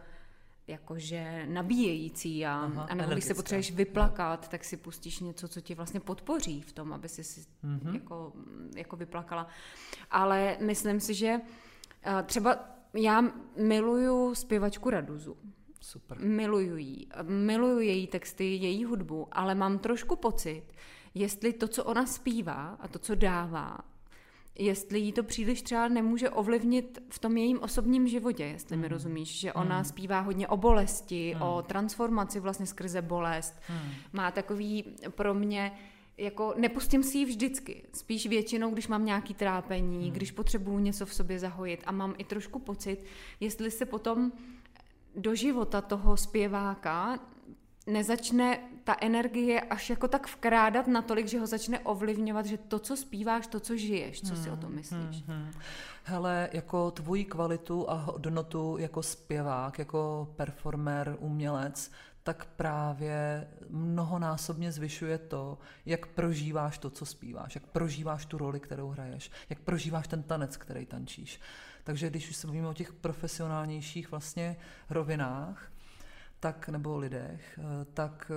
jakože nabíjející a nebo když se potřebuješ vyplakat, tak si pustíš něco, co ti vlastně podpoří v tom, aby si jako vyplakala. Ale myslím si, že třeba já miluju zpěvačku Raduzu. Super. Miluju její texty, její hudbu, ale mám trošku pocit, jestli to, co ona zpívá a to, co dává, jestli jí to příliš třeba nemůže ovlivnit v tom jejím osobním životě, jestli mi rozumíš, že ona zpívá hodně o bolesti, o transformaci vlastně skrze bolest. Má takový pro mě, jako nepustím si ji vždycky, spíš většinou, když mám nějaký trápení, když potřebuju něco v sobě zahojit a mám i trošku pocit, jestli se potom do života toho zpěváka nezačne ta energie až jako tak vkrádat natolik, že ho začne ovlivňovat, že to, co zpíváš, to, co žiješ, co si o tom myslíš? Hele, jako tvoji kvalitu a hodnotu jako zpěvák, jako performer, umělec, tak právě mnohonásobně zvyšuje to, jak prožíváš to, co zpíváš, jak prožíváš tu roli, kterou hraješ, jak prožíváš ten tanec, který tančíš. Takže když už se bavíme o těch profesionálnějších vlastně rovinách, tak, nebo lidech, tak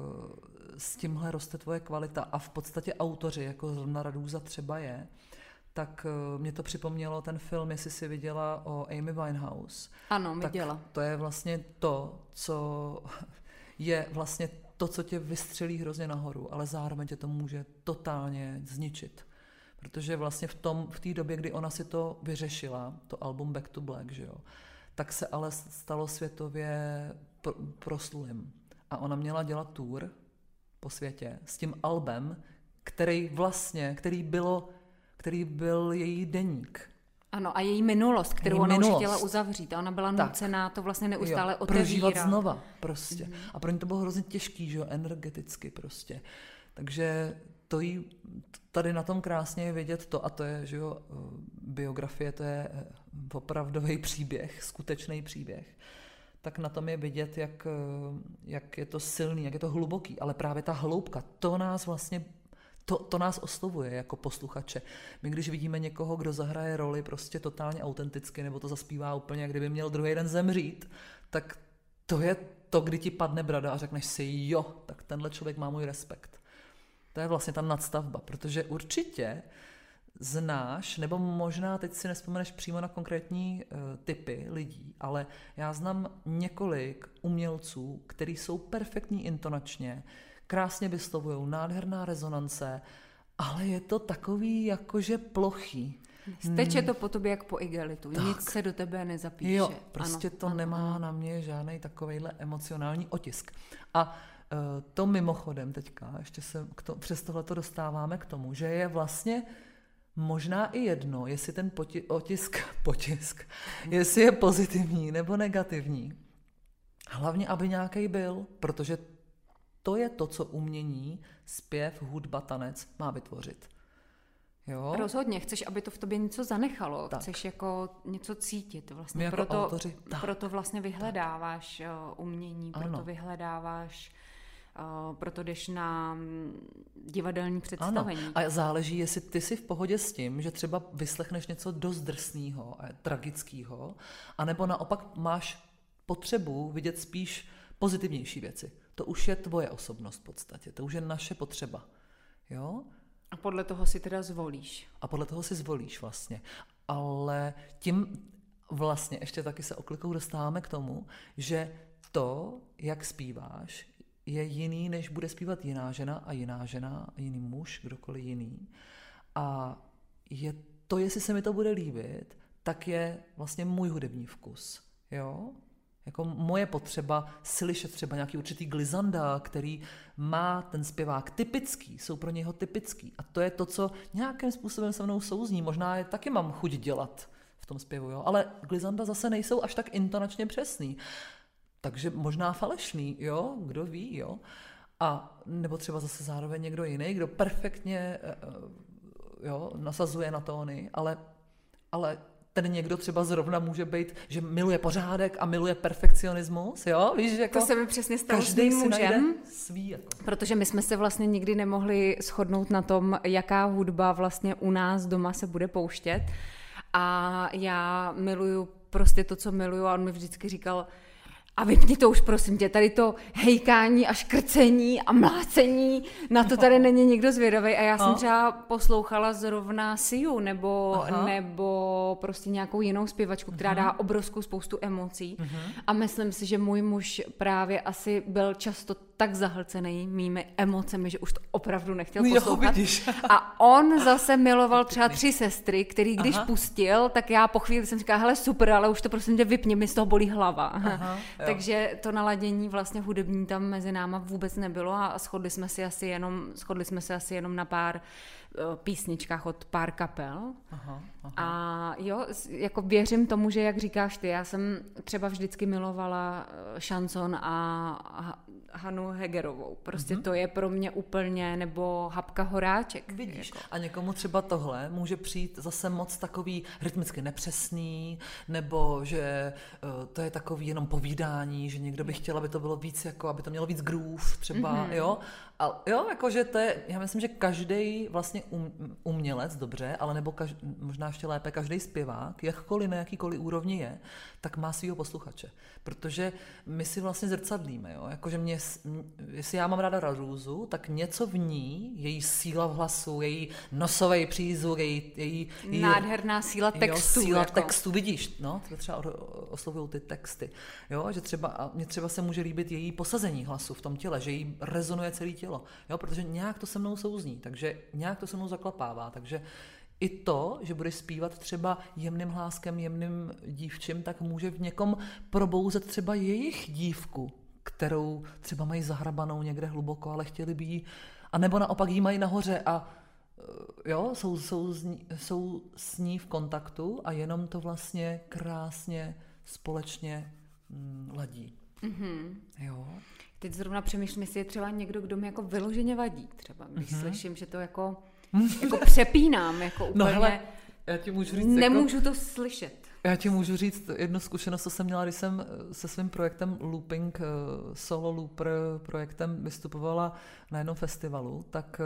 s tímhle roste tvoje kvalita a v podstatě autoři, jako zrovna Raduza třeba je, tak mě to připomnělo ten film, jestli jsi viděla o Amy Winehouse. Ano, viděla. To je vlastně to, co je vlastně to, co tě vystřelí hrozně nahoru, ale zároveň tě to může totálně zničit. Protože vlastně v té době, kdy ona si to vyřešila, to album Back to Black, že jo, tak se ale stalo světově proslulým. A ona měla dělat tour po světě s tím albem, který byl její deník. Ano, a její minulost, kterou ona už chtěla uzavřít. A ona byla nucená to vlastně neustále otevírat. Prožívat znova prostě. A pro ní to bylo hrozně těžký, že jo, energeticky prostě. Takže to jí tady na tom krásně je vidět to, a to je, že jo, biografie, to je opravdový příběh, skutečný příběh, tak na tom je vidět, jak je to silný, jak je to hluboký, ale právě ta hloubka, to nás vlastně, to nás oslovuje jako posluchače. My když vidíme někoho, kdo zahraje roli prostě totálně autenticky, nebo to zaspívá úplně, jak kdyby měl druhý den zemřít, tak to je to, kdy ti padne brada a řekneš si, jo, tak tenhle člověk má můj respekt. To je vlastně ta nadstavba, protože určitě znáš, nebo možná teď si nevzpomeneš přímo na konkrétní typy lidí, ale já znám několik umělců, kteří jsou perfektní intonačně, krásně vyslovujou, nádherná rezonance, ale je to takový jakože plochý. Steče to po tobě jak po igelitu. Tak. Nic se do tebe nezapíše. Jo, prostě to nemá na mě žádný takovejhle emocionální otisk. A to mimochodem teďka, ještě se přes tohleto dostáváme k tomu, že je vlastně možná i jedno, jestli ten potisk, jestli je pozitivní nebo negativní. Hlavně, aby nějaký byl, protože to je to, co umění, zpěv, hudba, tanec má vytvořit. Jo? Rozhodně, chceš, aby to v tobě něco zanechalo, tak. Chceš jako něco cítit. Vlastně. Jako proto vlastně vyhledáváš umění, proto vyhledáváš, proto jdeš na divadelní představení. Ano. A záleží, jestli ty jsi v pohodě s tím, že třeba vyslechneš něco dost drsného a tragického, anebo naopak máš potřebu vidět spíš pozitivnější věci. To už je tvoje osobnost v podstatě, to už je naše potřeba. Jo? A podle toho si teda zvolíš. A podle toho si zvolíš vlastně. Ale tím vlastně ještě taky se oklikou dostáváme k tomu, že to, jak zpíváš, je jiný, než bude zpívat jiná žena a jiný muž, kdokoliv jiný. A je to, jestli se mi to bude líbit, tak je vlastně můj hudební vkus. Jo? Jako moje potřeba slyšet třeba nějaký určitý glizanda, který má ten zpěvák typický, jsou pro něho typický. A to je to, co nějakým způsobem se mnou souzní. Možná je taky mám chuť dělat v tom zpěvu, jo? Ale glizanda zase nejsou až tak intonačně přesný. Takže možná falešný, jo? Kdo ví, jo? A nebo třeba zase zároveň někdo jiný, kdo perfektně nasazuje na tóny, ale ten někdo třeba zrovna může být, že miluje pořádek a miluje perfekcionismus, jo? Víš, jako to se mi přesně stalo s mým mužem, svý, jako. Protože my jsme se vlastně nikdy nemohli shodnout na tom, jaká hudba vlastně u nás doma se bude pouštět. A já miluju prostě to, co miluju, a on mi vždycky říkal: a vypni to už, prosím tě, tady to hejkání a škrcení a mlácení, na to tady není nikdo zvědavý. A já jsem třeba poslouchala zrovna Siu nebo prostě nějakou jinou zpěvačku, která dá obrovskou spoustu emocí. A myslím si, že můj muž právě asi byl často tak zahlcený mými emocemi, že už to opravdu nechtěl poslouchat. A on zase miloval třeba 3 sestry, který když pustil, tak já po chvíli jsem říkala: hele, super, ale už to prosím tě vypni, mi z toho bolí hlava. Takže to naladění vlastně hudební tam mezi náma vůbec nebylo a shodli jsme se asi jenom na pár písničkách od pár kapel. A jo, jako věřím tomu, že jak říkáš ty, já jsem třeba vždycky milovala šanson a Hanu Hegerovou. Prostě to je pro mě úplně, nebo Habka Horáček. Vidíš. Jako. A někomu třeba tohle může přijít zase moc takový rytmicky nepřesný, nebo že to je takový jenom povídání, že někdo by chtěl, aby to bylo víc, jako aby to mělo víc groove třeba, jo. A jo, jakože to je, já myslím, že každý vlastně umělec, dobře, ale nebo možná ještě lépe, každý zpěvák, jakkoliv na jakýkoliv úrovni je, tak má svýho posluchače. Protože my si vlastně zrcadlíme, jo. Jakože jestli já mám ráda Rarúzu, tak něco v ní, její síla v hlasu, její nosový přízvuk, její nádherná síla textu. Jo, síla textu, vidíš, no, to třeba oslovují ty texty. Jo, že mně třeba se může líbit její posazení hlasu v tom těle, že jí rezonuje celé tělo, jo, protože nějak to se mnou souzní, takže nějak to se mnou zaklapává, takže i to, že budeš zpívat třeba jemným hláskem, jemným dívčím, tak může v někom probouzet třeba jejich dívku, kterou třeba mají zahrabanou někde hluboko, ale chtěli by jí, a nebo naopak jí mají nahoře a jo, jsou s ní v kontaktu a jenom to vlastně krásně společně ladí. Jo. Teď zrovna přemýšlím, jestli je třeba někdo, kdo mi jako vyloženě vadí, třeba když slyším, že to jako přepínám, jako úplně. No hele, já ti můžu říct, nemůžu to slyšet. Já ti můžu říct jednu zkušenost, co jsem měla, když jsem se svým projektem Looping, solo looper projektem vystupovala na jednom festivalu, tak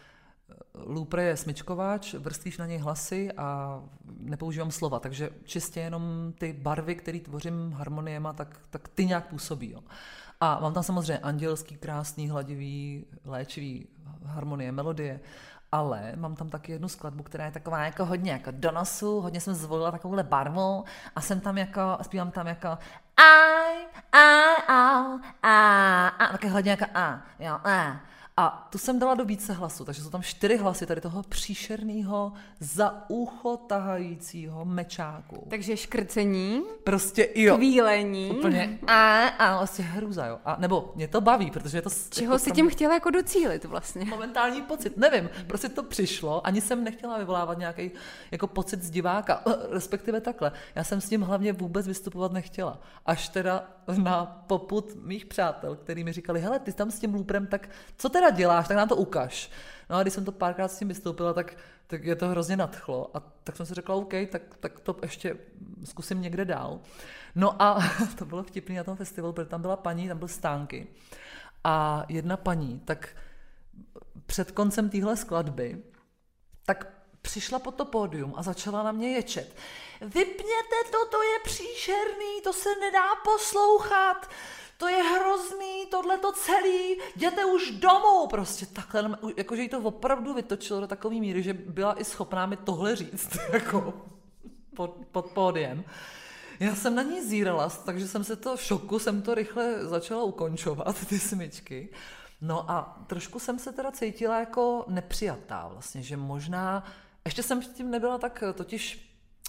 looper je smyčkováč, vrstíš na něj hlasy a nepoužívám slova, takže čistě jenom ty barvy, které tvořím harmoniema, tak ty nějak působí. Jo. A mám tam samozřejmě andělský, krásný, hladivý, léčivý harmonie, melodie, ale mám tam taky jednu skladbu, která je taková jako hodně jako do nosu, hodně jsem zvolila takovouhle barvu a jsem tam jako, zpívám tam jako také hodně jako jo, A tu jsem dala do více hlasů, takže jsou tam 4 hlasy tady toho příšerného, za ucho tahajícího mečáku. Takže škrcení, prostě jo. Kvílení. Úplně a vlastně hrůza, jo. A nebo mě to baví, protože je to... Čeho jako si tím chtěla jako docílit vlastně? Momentální pocit, nevím, prostě to přišlo, ani jsem nechtěla vyvolávat nějaký jako pocit z diváka, respektive takhle. Já jsem s tím hlavně vůbec vystupovat nechtěla. Až teda na popud mých přátel, který mi říkali, hele, ty tam s tím lůprem, tak co teda děláš, tak nám to ukaž. No a když jsem to párkrát s tím vystoupila, tak je to hrozně nadchlo. A tak jsem si řekla, OK, tak to ještě zkusím někde dál. No a to bylo vtipný na tom festivalu, protože tam byla paní, tam byly stánky. A jedna paní, tak před koncem téhle skladby, tak přišla pod to pódium a začala na mě ječet. Vypněte to je příšerný, to se nedá poslouchat, to je hrozný, tohleto celý, jděte už domů, prostě takhle, jakože jí to opravdu vytočilo do takový míry, že byla i schopná mi tohle říct, jako pod pódiem. Já jsem na ní zírala, takže jsem se v šoku jsem to rychle začala ukončovat, ty smyčky. No a trošku jsem se teda cítila jako nepřijatá vlastně, že možná, ještě jsem s tím nebyla tak totiž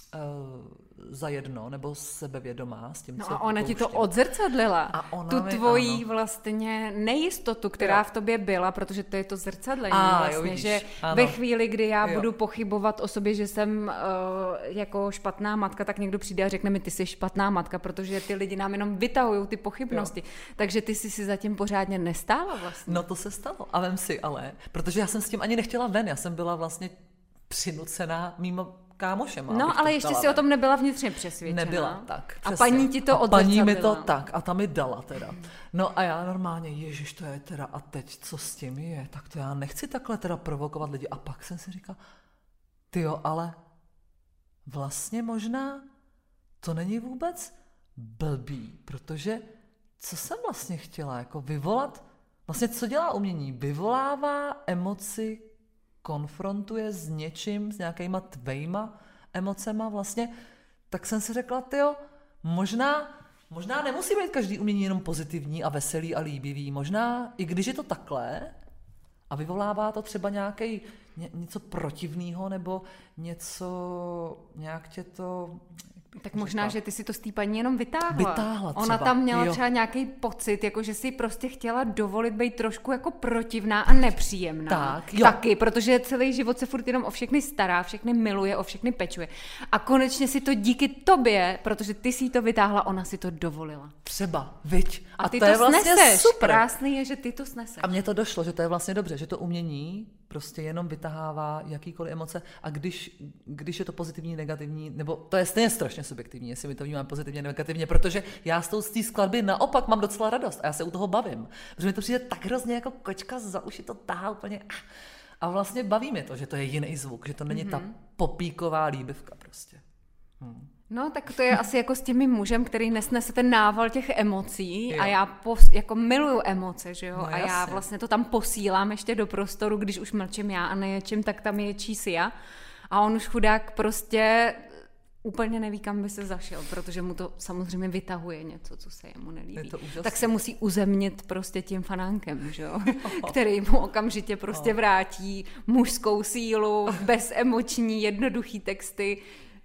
zajedno nebo sebevědomá s tím, no co a ona pouštím. ti to odzrcadlila. A ona tu mi, tvojí ano. vlastně nejistotu, která v tobě byla, protože to je to zrcadlení vlastně, jo, vidíš, že ano. ve chvíli, kdy já Jo. budu pochybovat o sobě, že jsem jako špatná matka, tak někdo přijde a řekne mi, ty jsi špatná matka, protože ty lidi nám jenom vytahují ty pochybnosti. Takže ty jsi si zatím pořádně nestála vlastně. No to se stalo, a vem si ale, protože já jsem s tím ani nechtěla ven, já jsem byla vlastně přinucená mýma kámošema. No, ale ještě si o tom nebyla vnitřně přesvědčená. Nebyla, tak. A Přesně. paní ti to a paní mi odzrcadlila. to tak, a ta mi dala teda. No a já normálně, ježiš, to je teda, a teď co s tím je? Tak to já nechci takhle teda provokovat lidi. A pak jsem si říkal, tyjo, ale vlastně možná to není vůbec blbý, protože co jsem vlastně chtěla, jako vyvolat, vlastně co dělá umění? Vyvolává emoci, konfrontuje s něčím, s nějakýma tvejma emocema vlastně, tak jsem si řekla, tyjo, možná nemusí být každý umění jenom pozitivní a veselý a líbivý, možná i když je to takhle a vyvolává to třeba něco protivného nebo nějak tě to... Tak možná, že ty si to z té paní jenom vytáhla. Vytáhla třeba. Ona tam měla Jo. třeba nějaký pocit, jako že si prostě chtěla dovolit být trošku jako protivná a nepříjemná. Tak, jo. Taky, protože celý život se furt jenom o všechny stará, všechny miluje, o všechny pečuje. A konečně si to díky tobě, protože ty si to vytáhla, ona si to dovolila. Třeba, viď. A ty to je vlastně sneseš. super. Krásný je, že ty to sneseš. A mně to došlo, že to je vlastně dobře, že to umění prostě jenom vytahává jakýkoliv emoce a když je to pozitivní, negativní, nebo to je stejně strašně subjektivní, jestli my to vnímáme pozitivně, negativně, protože já z té skladby naopak mám docela radost a já se u toho bavím, protože mi to přijde tak hrozně jako kočka za uši, to tahá úplně a vlastně baví mě to, že to je jiný zvuk, že to není ta popíková líbivka prostě. No, tak to je asi jako s tím mým mužem, který nesnese ten nával těch emocí Jo. a já jako miluju emoce, že jo? No, a já jasně. vlastně to tam posílám ještě do prostoru, když už mlčím já a neječím, tak tam ječí Sia. A on už chudák prostě úplně neví, kam by se zašel, protože mu to samozřejmě vytahuje něco, co se jemu nelíbí. Je to úžasné. Tak se musí uzemnit prostě tím fanánkem, že jo? Který mu okamžitě prostě vrátí mužskou sílu, bezemoční, jednoduchý texty,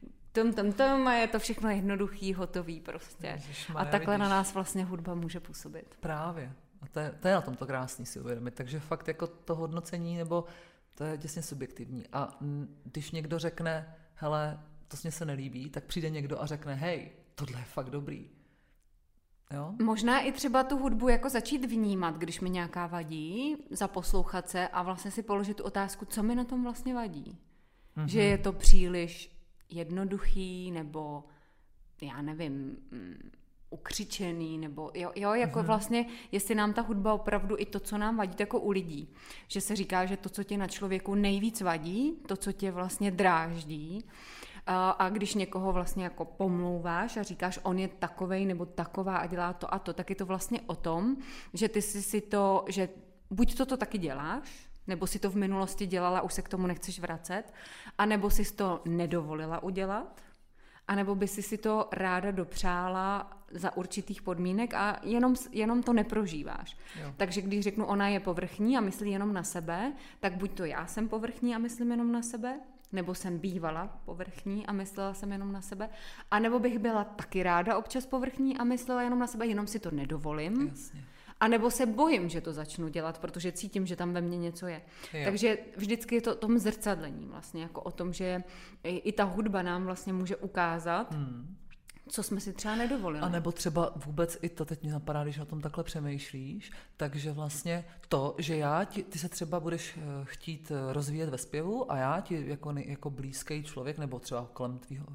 a je to všechno jednoduchý, hotový prostě. Ježišmarja, A takhle vidíš. na nás vlastně hudba může působit. Právě. A to je na tom to krásný si uvědomit. Takže fakt jako to hodnocení, nebo to je těsně subjektivní. A když někdo řekne, hele, to mně se nelíbí, tak přijde někdo a řekne, hej, tohle je fakt dobrý. Jo? Možná i třeba tu hudbu jako začít vnímat, když mi nějaká vadí, zaposlouchat se a vlastně si položit tu otázku, co mi na tom vlastně vadí. Mm-hmm. Že je to příliš jednoduchý, nebo já nevím, ukřičený, nebo jo, jako vlastně, jestli nám ta hudba opravdu i to, co nám vadí, to jako u lidí. Že se říká, že to, co tě na člověku nejvíc vadí, to, co tě vlastně dráždí, a když někoho vlastně jako pomlouváš a říkáš, on je takovej nebo taková a dělá to a to, tak je to vlastně o tom, že ty si to, že buď to taky děláš, nebo si to v minulosti dělala, už se k tomu nechceš vracet, anebo si to nedovolila udělat, A nebo by si to ráda dopřála za určitých podmínek a jenom to neprožíváš. Jo. Takže když řeknu, ona je povrchní a myslí jenom na sebe, tak buď to já jsem povrchní a myslím jenom na sebe, nebo jsem bývala povrchní a myslela jsem jenom na sebe, a nebo bych byla taky ráda občas povrchní a myslela jenom na sebe, jenom si to nedovolím. Jasně. A nebo se bojím, že to začnu dělat, protože cítím, že tam ve mně něco je. Jo. Takže vždycky je to o tom zrcadlení vlastně, jako o tom, že i ta hudba nám vlastně může ukázat, co jsme si třeba nedovolili. A nebo třeba vůbec i to teď mě napadá, když o tom takhle přemýšlíš, takže vlastně to, že ty se třeba budeš chtít rozvíjet ve zpěvu a já ti jako blízký člověk, nebo třeba kolem tvýho,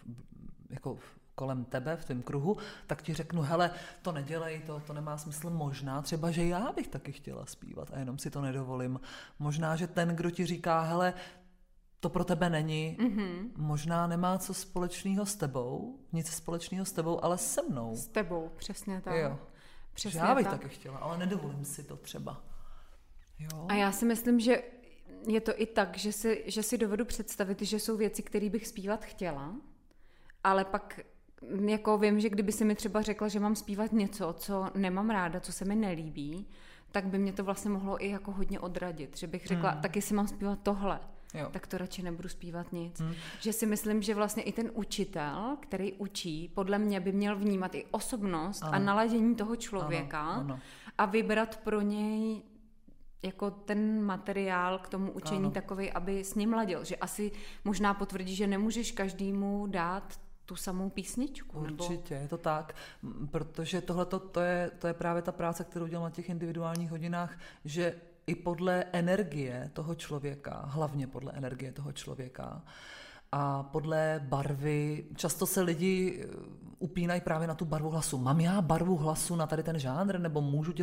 jako kolem tebe v tom kruhu, tak ti řeknu, hele, to nedělej, to nemá smysl. Možná třeba, že já bych taky chtěla zpívat a jenom si to nedovolím. Možná, že ten, kdo ti říká, hele, to pro tebe není, možná nemá co společného s tebou, nic společného s tebou, ale se mnou. S tebou, přesně tak. Jo. Přesně já bych tak. taky chtěla, ale nedovolím si to třeba. Jo. A já si myslím, že je to i tak, že si dovedu představit, že jsou věci, které bych zpívat chtěla, ale pak jako vím, že kdyby si mi třeba řekla, že mám zpívat něco, co nemám ráda, co se mi nelíbí, tak by mě to vlastně mohlo i jako hodně odradit. Že bych řekla, taky si mám zpívat tohle. Jo. Tak to radši nebudu zpívat nic. Že si myslím, že vlastně i ten učitel, který učí, podle mě by měl vnímat i osobnost a naladění toho člověka a vybrat pro něj jako ten materiál k tomu učení takový, aby s ním ladil. Že asi možná potvrdí, že nemůžeš každému dát tu samou písničku. Určitě, je to tak, protože tohleto to je právě ta práce, kterou dělám na těch individuálních hodinách, že i podle energie toho člověka, hlavně podle energie toho člověka a podle barvy, často se lidi upínají právě na tu barvu hlasu. Mám já barvu hlasu na tady ten žánr, nebo můžu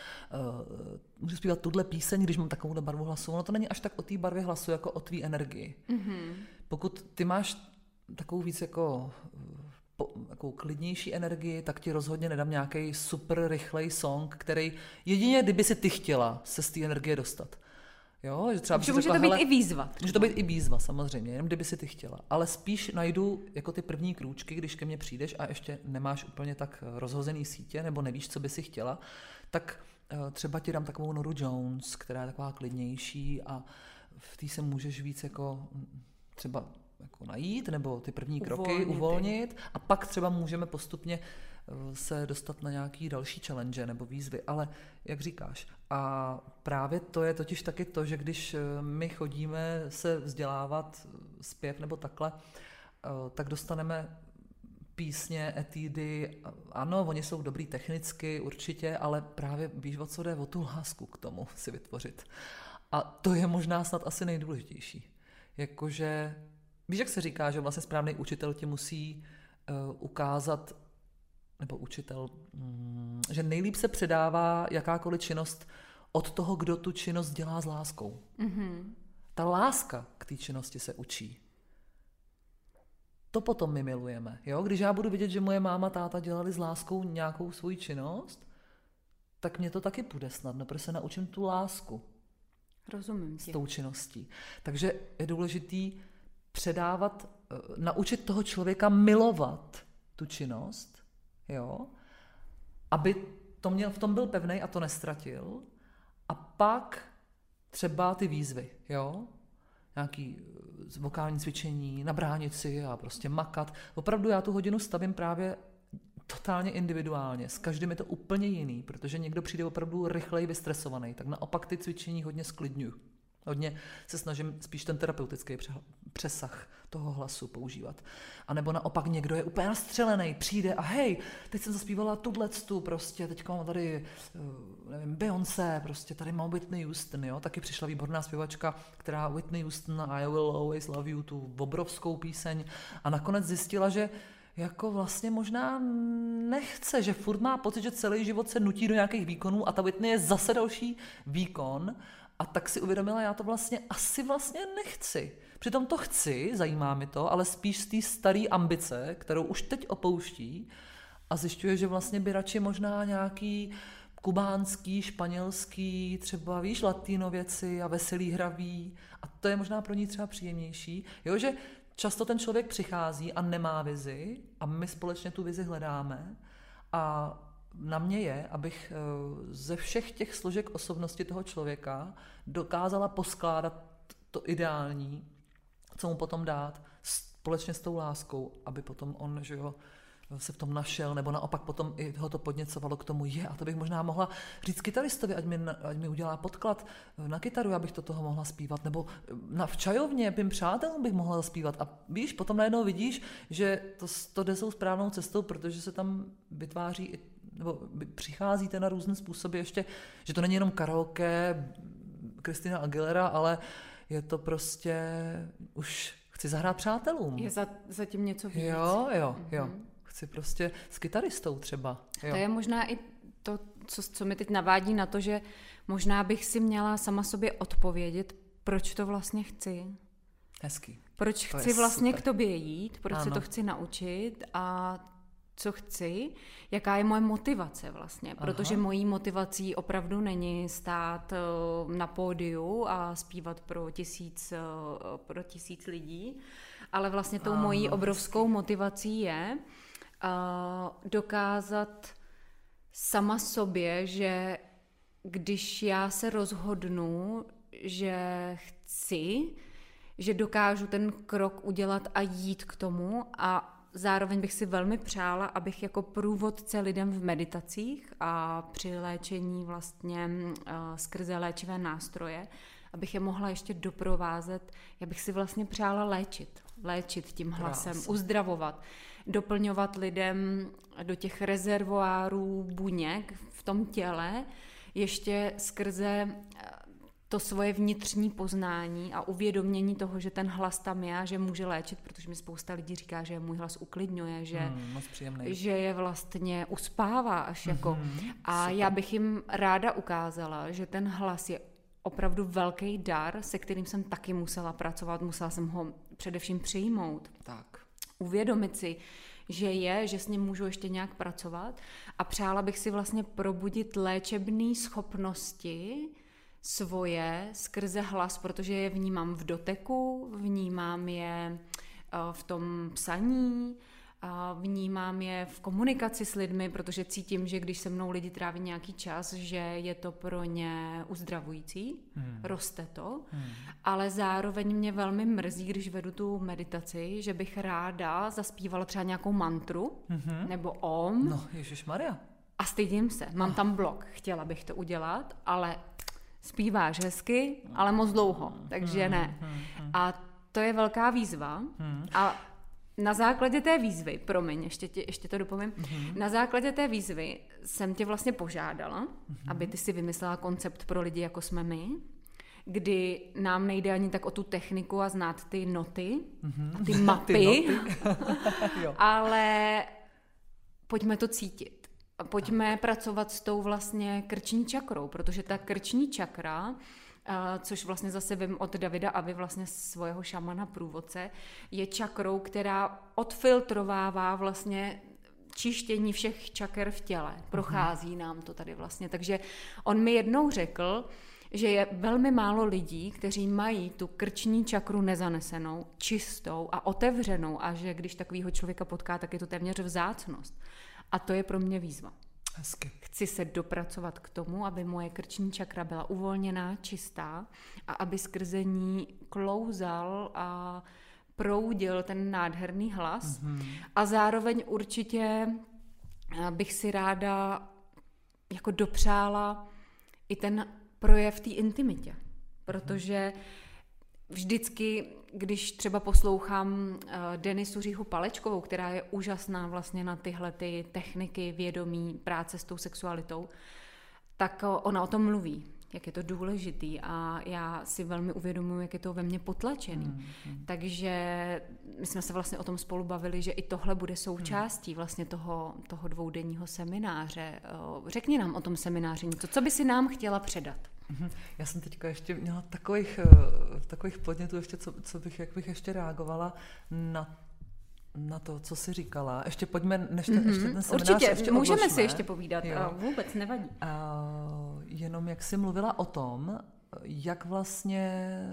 zpívat tuhle píseň, když mám takovou barvu hlasu? Ono to není až tak o té barvě hlasu, jako o tvý energii. Pokud ty máš takovou víc jako klidnější energii, tak ti rozhodně nedám nějaký super rychlej song, který jedině, kdyby si ty chtěla se z té energie dostat. Jo, že třeba může to být i výzva. Může to být i výzva, samozřejmě, jenom kdyby si ty chtěla. Ale spíš najdu jako ty první krůčky, když ke mně přijdeš a ještě nemáš úplně tak rozhozený sítě, nebo nevíš, co by si chtěla, tak třeba ti dám takovou Noru Jones, která je taková klidnější a v té se můžeš víc jako třeba jako najít, nebo ty první kroky uvolnit a pak třeba můžeme postupně se dostat na nějaký další challenge nebo výzvy, ale jak říkáš, a právě to je totiž taky to, že když my chodíme se vzdělávat zpěv nebo takhle, tak dostaneme písně, etídy, ano, oni jsou dobrý technicky určitě, ale právě víš, o co jde, o tu lásku k tomu si vytvořit. A to je možná snad asi nejdůležitější. Jakože víš, jak se říká, že vlastně správný učitel ti musí ukázat, nebo učitel, že nejlíp se předává jakákoliv činnost od toho, kdo tu činnost dělá s láskou. Ta láska k té činnosti se učí. To potom my milujeme. Jo? Když já budu vidět, že moje máma, táta dělali s láskou nějakou svoji činnost, tak mě to taky půjde snadno, protože se naučím tu lásku. Rozumím ti. S tou činností. Takže je důležitý předávat, naučit toho člověka milovat tu činnost, jo, aby v tom byl pevnej a to nestratil. A pak třeba ty výzvy, jo, nějaký vokální cvičení, na bránici a prostě makat. Opravdu já tu hodinu stavím právě totálně individuálně. S každým je to úplně jiný, protože někdo přijde opravdu rychleji vystresovaný, tak naopak ty cvičení hodně sklidňuju. Hodně se snažím spíš ten terapeutický přesah toho hlasu používat. A nebo naopak někdo je úplně nastřelený, přijde a hej, teď jsem zaspívala tudlectu, prostě teďka mám tady, nevím, Beyoncé, prostě tady mám Whitney Houston, jo, taky přišla výborná zpěvačka, která Whitney Houston I Will Always Love You, tu obrovskou píseň a nakonec zjistila, že jako vlastně možná nechce, že furt má pocit, že celý život se nutí do nějakých výkonů a ta Whitney je zase další výkon. A tak si uvědomila, já to asi nechci. Přitom to chci, zajímá mi to, ale spíš z té staré ambice, kterou už teď opouští a zjišťuje, že vlastně by radši možná nějaký kubánský, španělský, třeba víš, latino věci a veselý hraví a to je možná pro ní třeba příjemnější. Jo, že často ten člověk přichází a nemá vizi a my společně tu vizi hledáme a na mě je, abych ze všech těch složek osobnosti toho člověka dokázala poskládat to ideální, co mu potom dát společně s tou láskou, aby potom on, že jo, se v tom našel, nebo naopak potom i ho to podněcovalo k tomu, a to bych možná mohla říct kytaristovi, ať mi udělá podklad na kytaru, abych to toho mohla zpívat, nebo v čajovně mým přátelům bych mohla zaspívat. A víš, potom najednou vidíš, že to jde tou správnou cestou, protože se tam vytváří, nebo přicházíte na různé způsoby ještě, že to není jenom karaoke, Christina Aguilera, ale je to prostě už chci zahrát přátelům. Je zatím něco víc. Jo. Chci prostě s kytaristou třeba. Jo. To je možná i to, co mi teď navádí na to, že možná bych si měla sama sobě odpovědět, proč to vlastně chci. Hezký. Proč chci vlastně k tobě jít, proč se to chci naučit a co chci, jaká je moje motivace vlastně, protože mojí motivací opravdu není stát na pódiu a zpívat pro tisíc lidí, ale vlastně tou mojí obrovskou motivací je dokázat sama sobě, že když já se rozhodnu, že chci, že dokážu ten krok udělat a jít k tomu a zároveň bych si velmi přála, abych jako průvodce lidem v meditacích a při léčení vlastně skrze léčivé nástroje, abych je mohla ještě doprovázet, já bych si vlastně přála léčit tím hlasem, uzdravovat, doplňovat lidem do těch rezervoárů buněk v tom těle, ještě skrze to svoje vnitřní poznání a uvědomění toho, že ten hlas tam je a že může léčit, protože mi spousta lidí říká, že můj hlas uklidňuje, že je vlastně uspává až jako. A já bych jim ráda ukázala, že ten hlas je opravdu velký dar, se kterým jsem taky musela pracovat, musela jsem ho především přijmout. Tak. Uvědomit si, že s ním můžu ještě nějak pracovat a přála bych si vlastně probudit léčebné schopnosti svoje skrze hlas, protože je vnímám v doteku, vnímám je v tom psaní, vnímám je v komunikaci s lidmi, protože cítím, že když se mnou lidi tráví nějaký čas, že je to pro ně uzdravující, roste to, ale zároveň mě velmi mrzí, když vedu tu meditaci, že bych ráda zaspívala třeba nějakou mantru, nebo om. No, ježišmarja. A stydím se, mám tam blok, chtěla bych to udělat, ale zpíváš hezky, ale moc dlouho, takže ne. A to je velká výzva a na základě té výzvy, promiň, ještě to dopovím, na základě té výzvy jsem tě vlastně požádala, aby ty si vymyslela koncept pro lidi, jako jsme my, kdy nám nejde ani tak o tu techniku a znát ty noty, ty mapy, ale pojďme to cítit. Pojďme pracovat s tou vlastně krční čakrou, protože ta krční čakra, což vlastně zase vím od Davida Avy, vlastně svého šamana průvodce, je čakrou, která odfiltrovává vlastně čištění všech čaker v těle. Prochází nám to tady vlastně. Takže on mi jednou řekl, že je velmi málo lidí, kteří mají tu krční čakru nezanesenou, čistou a otevřenou a že když takového člověka potká, tak je to téměř vzácnost. A to je pro mě výzva. Hezky. Chci se dopracovat k tomu, aby moje krční čakra byla uvolněná, čistá a aby skrze ní klouzal a proudil ten nádherný hlas. A zároveň určitě bych si ráda jako dopřála i ten projev té intimitě. Protože vždycky, když třeba poslouchám Denisu Říhu Palečkovou, která je úžasná vlastně na tyhle ty techniky vědomí práce s tou sexualitou, tak ona o tom mluví, jak je to důležitý a já si velmi uvědomuji, jak je to ve mně potlačený. Takže my jsme se vlastně o tom spolu bavili, že i tohle bude součástí vlastně toho dvoudenního semináře. Řekni nám o tom semináři něco, co by si nám chtěla předat? Já jsem teďka ještě měla takových podnětů, ještě, jak bych ještě reagovala na to, co jsi říkala. Ještě pojďme, než ten seminář určitě, ještě můžeme odložme. si ještě povídat, vůbec nevadí. Jenom jak jsi mluvila o tom, jak vlastně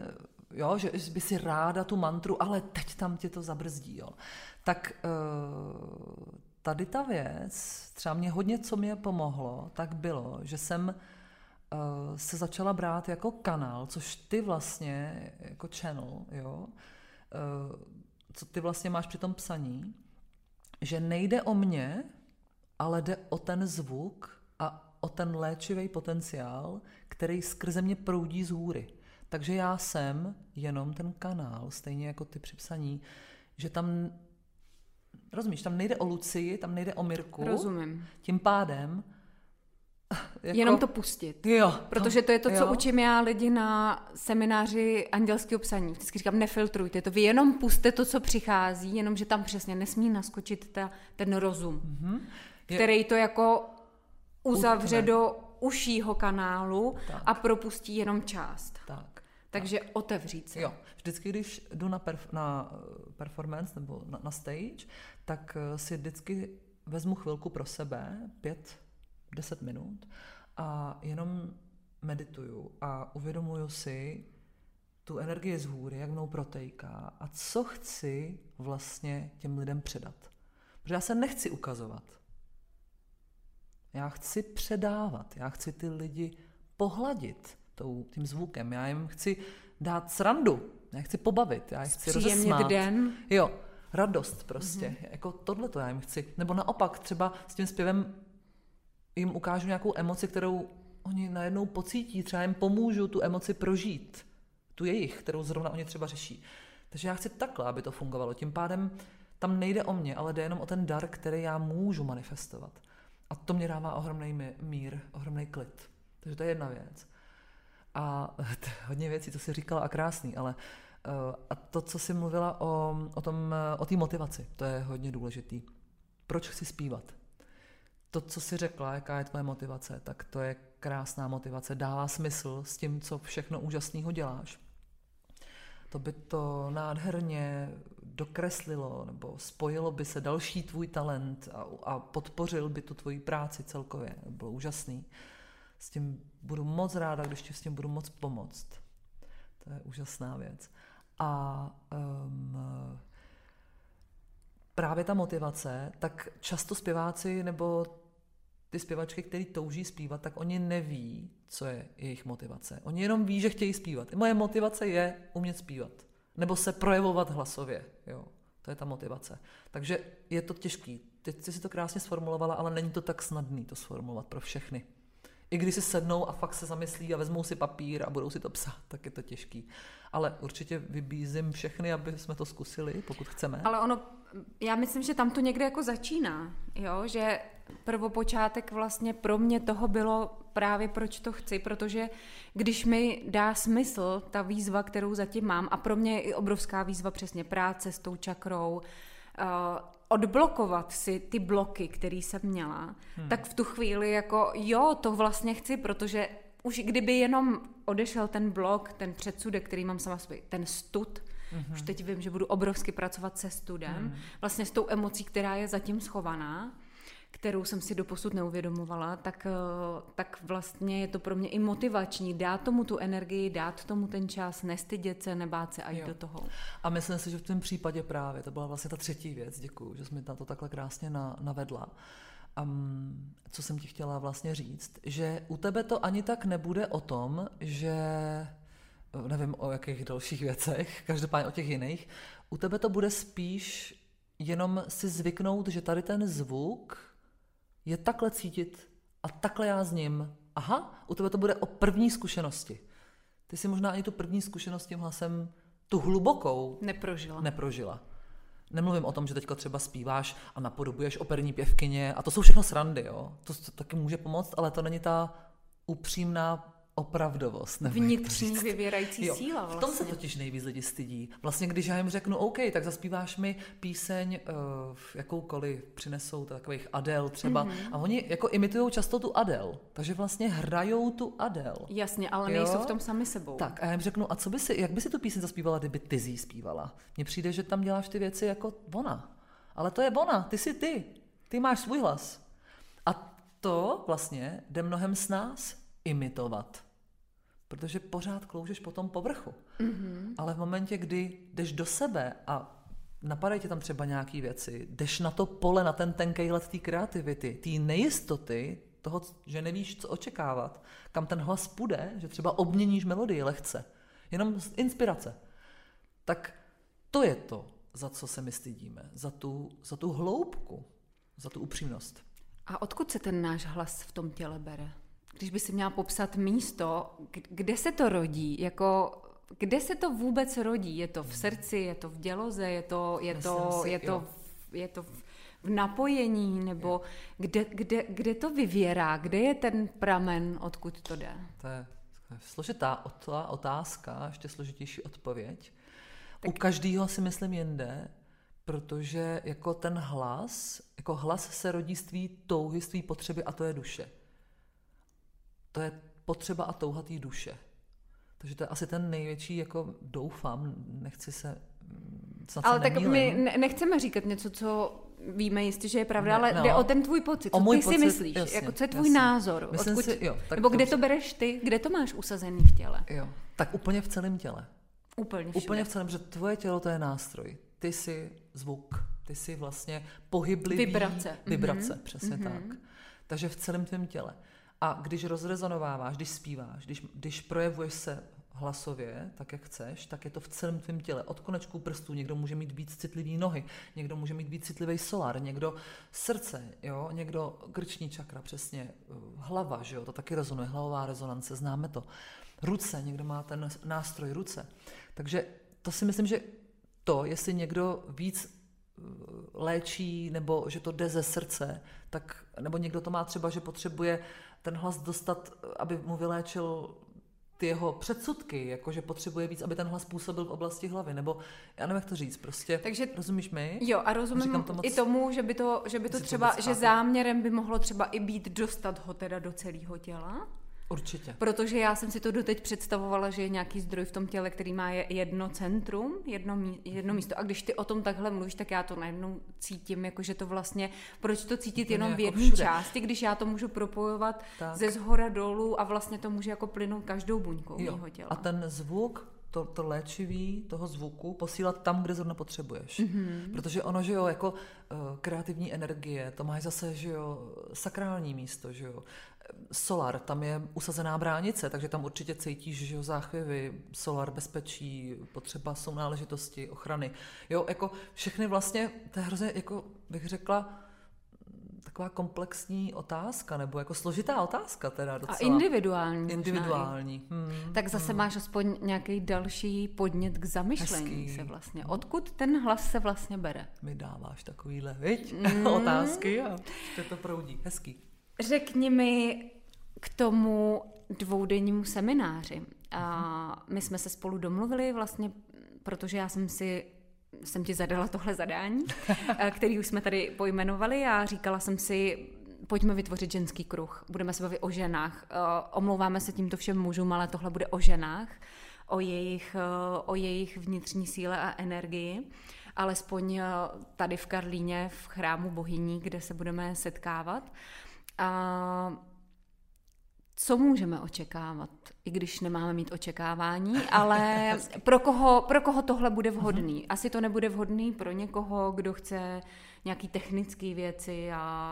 jo, že by si ráda tu mantru, ale teď tam tě to zabrzdí, jo. Tak tady ta věc, třeba mě hodně, co mě pomohlo, tak bylo, že jsem se začala brát jako kanál, což ty vlastně, jako channel, jo, co ty vlastně máš při tom psaní, že nejde o mě, ale jde o ten zvuk a o ten léčivý potenciál, který skrze mě proudí z hůry. Takže já jsem jenom ten kanál, stejně jako ty při psaní, že tam, rozumíš, tam nejde o Lucii, tam nejde o Mirku. Rozumím. Tím pádem jako, jenom to pustit. Jo. Protože to je to, co učím já lidi na semináři andělského psaní. Vždycky říkám, nefiltrujte to. Vy jenom puste to, co přichází, jenomže tam přesně nesmí naskočit ten rozum, který to jako uzavře do užšího kanálu a propustí jenom část. Takže otevřít se. Jo. Vždycky, když jdu na performance nebo na stage, tak si vždycky vezmu chvilku pro sebe, 5-10 minut a jenom medituju a uvědomuju si tu energii z hůry, jak mnou protéká a co chci vlastně těm lidem předat. Protože já se nechci ukazovat. Já chci předávat, já chci ty lidi pohladit tím zvukem, já jim chci dát srandu, já chci pobavit, já chci rozesmát. Den. Jo, radost prostě, jako tohleto já jim chci. Nebo naopak třeba s tím zpěvem jim ukážu nějakou emoci, kterou oni najednou pocítí, třeba jim pomůžu tu emoci prožít, tu jejich, kterou zrovna oni třeba řeší. Takže já chci takhle, aby to fungovalo. Tím pádem tam nejde o mě, ale jde jenom o ten dar, který já můžu manifestovat. A to mě dává ohromný mír, ohromný klid. Takže to je jedna věc. A hodně věcí, co jsi říkala a krásný, ale a to, co jsi mluvila o té motivaci, to je hodně důležitý. Proč chci zpívat? To, co jsi řekla, jaká je tvoje motivace, tak to je krásná motivace, dává smysl s tím, co všechno úžasného děláš. To by to nádherně dokreslilo nebo spojilo by se další tvůj talent a podpořil by tu tvoji práci celkově. To bylo úžasný. S tím budu moc ráda, když ti s tím budu moc pomoct. To je úžasná věc. A právě ta motivace, tak často zpěváci nebo ty zpěvačky, který touží zpívat, tak oni neví, co je jejich motivace. Oni jenom ví, že chtějí zpívat. Moje motivace je umět zpívat. Nebo se projevovat hlasově. Jo. To je ta motivace. Takže je to těžký. Teď jsi si to krásně sformulovala, ale není to tak snadný to sformulovat pro všechny. I když si sednou a fakt se zamyslí a vezmou si papír a budou si to psát, tak je to těžký. Ale určitě vybízím všechny, aby jsme to zkusili, pokud chceme. Ale já myslím, že tam to někde jako začíná, jo? Že prvopočátek vlastně pro mě toho bylo právě proč to chci, protože když mi dá smysl ta výzva, kterou zatím mám, a pro mě je i obrovská výzva přesně práce s tou čakrou, odblokovat si ty bloky, které jsem měla, tak v tu chvíli jako jo, to vlastně chci, protože už kdyby jenom odešel ten blok, ten předsudek, který mám sama sobě, ten stud, už teď vím, že budu obrovsky pracovat se studem, vlastně s tou emocí, která je zatím schovaná, kterou jsem si doposud neuvědomovala, tak vlastně je to pro mě i motivační dát tomu tu energii, dát tomu ten čas, nestydět se, nebát se a jít do toho. A myslím si, že v tom případě právě, to byla vlastně ta třetí věc, děkuju, že jsi mi na to takhle krásně navedla. Co jsem ti chtěla vlastně říct, že u tebe to ani tak nebude o tom, že nevím o jakých dalších věcech, každopádně o těch jiných, u tebe to bude spíš jenom si zvyknout, že tady ten zvuk je takhle cítit a takhle já s ním. Aha, u tebe to bude o první zkušenosti. Ty si možná ani tu první zkušenost tím hlasem, tu hlubokou, neprožila. Nemluvím o tom, že teďka třeba zpíváš a napodobuješ operní pěvkyně a to jsou všechno srandy, jo. To taky může pomoct, ale to není ta upřímná opravdovost. Vnitřní vyvěrající síla vlastně. V tom se totiž nejvíc lidi stydí. Vlastně když já jim řeknu, OK, tak zaspíváš mi píseň jakoukoliv, přinesou takových Adele třeba a oni jako imitujou často tu Adele, takže vlastně hrajou tu Adele. Jasně, ale nejsou v tom sami sebou. Tak a já jim řeknu, a jak by si tu píseň zaspívala, kdyby ty jí zpívala? Mně přijde, že tam děláš ty věci jako ona. Ale to je ona, ty jsi ty. Ty máš svůj hlas. A to vlastně jde mnohem s nás imitovat. Protože pořád kloužeš po tom povrchu. Ale v momentě, kdy jdeš do sebe a napadají tě tam třeba nějaký věci, jdeš na to pole, na ten tenkej let té kreativity, té nejistoty, toho, že nevíš, co očekávat, kam ten hlas půjde, že třeba obměníš melodii lehce, jenom z inspirace, tak to je to, za co se my stydíme, za tu hloubku, za tu upřímnost. A odkud se ten náš hlas v tom těle bere? Když by si měla popsat místo, kde se to rodí, jako kde se to vůbec rodí? Je to v srdci, je to v děloze, je to v napojení, nebo kde to vyvěrá? Kde je ten pramen, odkud to jde? To je složitá otázka, ještě složitější odpověď. Tak... U každého si myslím jinde, protože jako ten hlas, jako hlas se rodí z tvý touhy, z tvý potřeby a to je duše. To je potřeba a touha té duše. Takže to je asi ten největší, jako doufám, nechci se snad ale se tak nemýlim. my nechceme říkat něco, co víme jistě, že je pravda, ale jde o ten tvůj pocit. Co ty si myslíš? Jasně, jako, co je tvůj názor? Nebo kde to bereš ty? Kde to máš usazený v těle? Jo. Tak úplně v celém těle. Úplně v celém, protože tvoje tělo to je nástroj. Ty jsi zvuk, ty jsi vlastně pohyblivý... Vibrace, přesně tak. Takže v celém tvém těle. A když rozrezonováváš, když zpíváš, když projevuješ se hlasově, tak jak chceš, tak je to v celém tvém těle. Od konečků prstů někdo může mít víc citlivý nohy, někdo může mít víc citlivý solar, někdo srdce, jo, někdo krční čakra, přesně, hlava, že jo, to taky rezonuje, hlavová rezonance, známe to. Ruce, někdo má ten nástroj ruce. Takže to si myslím, že to, jestli někdo víc léčí, nebo že to jde ze srdce, tak, nebo někdo to má třeba, že potřebuje ten hlas dostat, aby mu vyléčil ty jeho předsudky, jakože potřebuje víc, aby ten hlas působil v oblasti hlavy, nebo já nevím, jak to říct, prostě, takže, rozumíš mi? Jo, a rozumím i tomu, že by to třeba, že záměrem by mohlo třeba i být dostat ho teda do celého těla. Určitě. Protože já jsem si to doteď představovala, že je nějaký zdroj v tom těle, který má jedno centrum, jedno místo. A když ty o tom takhle mluvíš, tak já to najednou cítím, jakože to vlastně, proč to cítit jenom v jedné části, když já to můžu propojovat ze zhora dolů a vlastně to může jako plynout každou buňkou mého těla. A ten zvuk, to léčivý toho zvuku posílat tam, kde zrovna potřebuješ. Mm-hmm. Protože ono, že jo, jako kreativní energie, to máš zase, že jo, sakrální místo, že jo. Solar, tam je usazená bránice, takže tam určitě cítíš, že jo, záchvěvy, solar, bezpečí, potřeba sounáležitosti, ochrany. Jo, jako všechny vlastně, to je hrozně, jako bych řekla, taková komplexní otázka, nebo jako složitá otázka teda docela. A individuální. Individuální. Tak zase máš aspoň nějaký další podnět k zamyšlení. Hezký. Se vlastně. Odkud ten hlas se vlastně bere? Mi dáváš takovýhle, viď? Otázky a to proudí. Hezký. Řekni mi k tomu dvoudennímu semináři. A my jsme se spolu domluvili vlastně, protože já jsem ti zadala tohle zadání, který už jsme tady pojmenovali a říkala jsem si, pojďme vytvořit ženský kruh, budeme se bavit o ženách. Omlouváme se tímto všem mužům, ale tohle bude o ženách, o jejich vnitřní síle a energii. Alespoň tady v Karlíně, v chrámu bohyní, kde se budeme setkávat. A co můžeme očekávat, i když nemáme mít očekávání, ale pro koho tohle bude vhodný? Asi to nebude vhodný pro někoho, kdo chce nějaký technické věci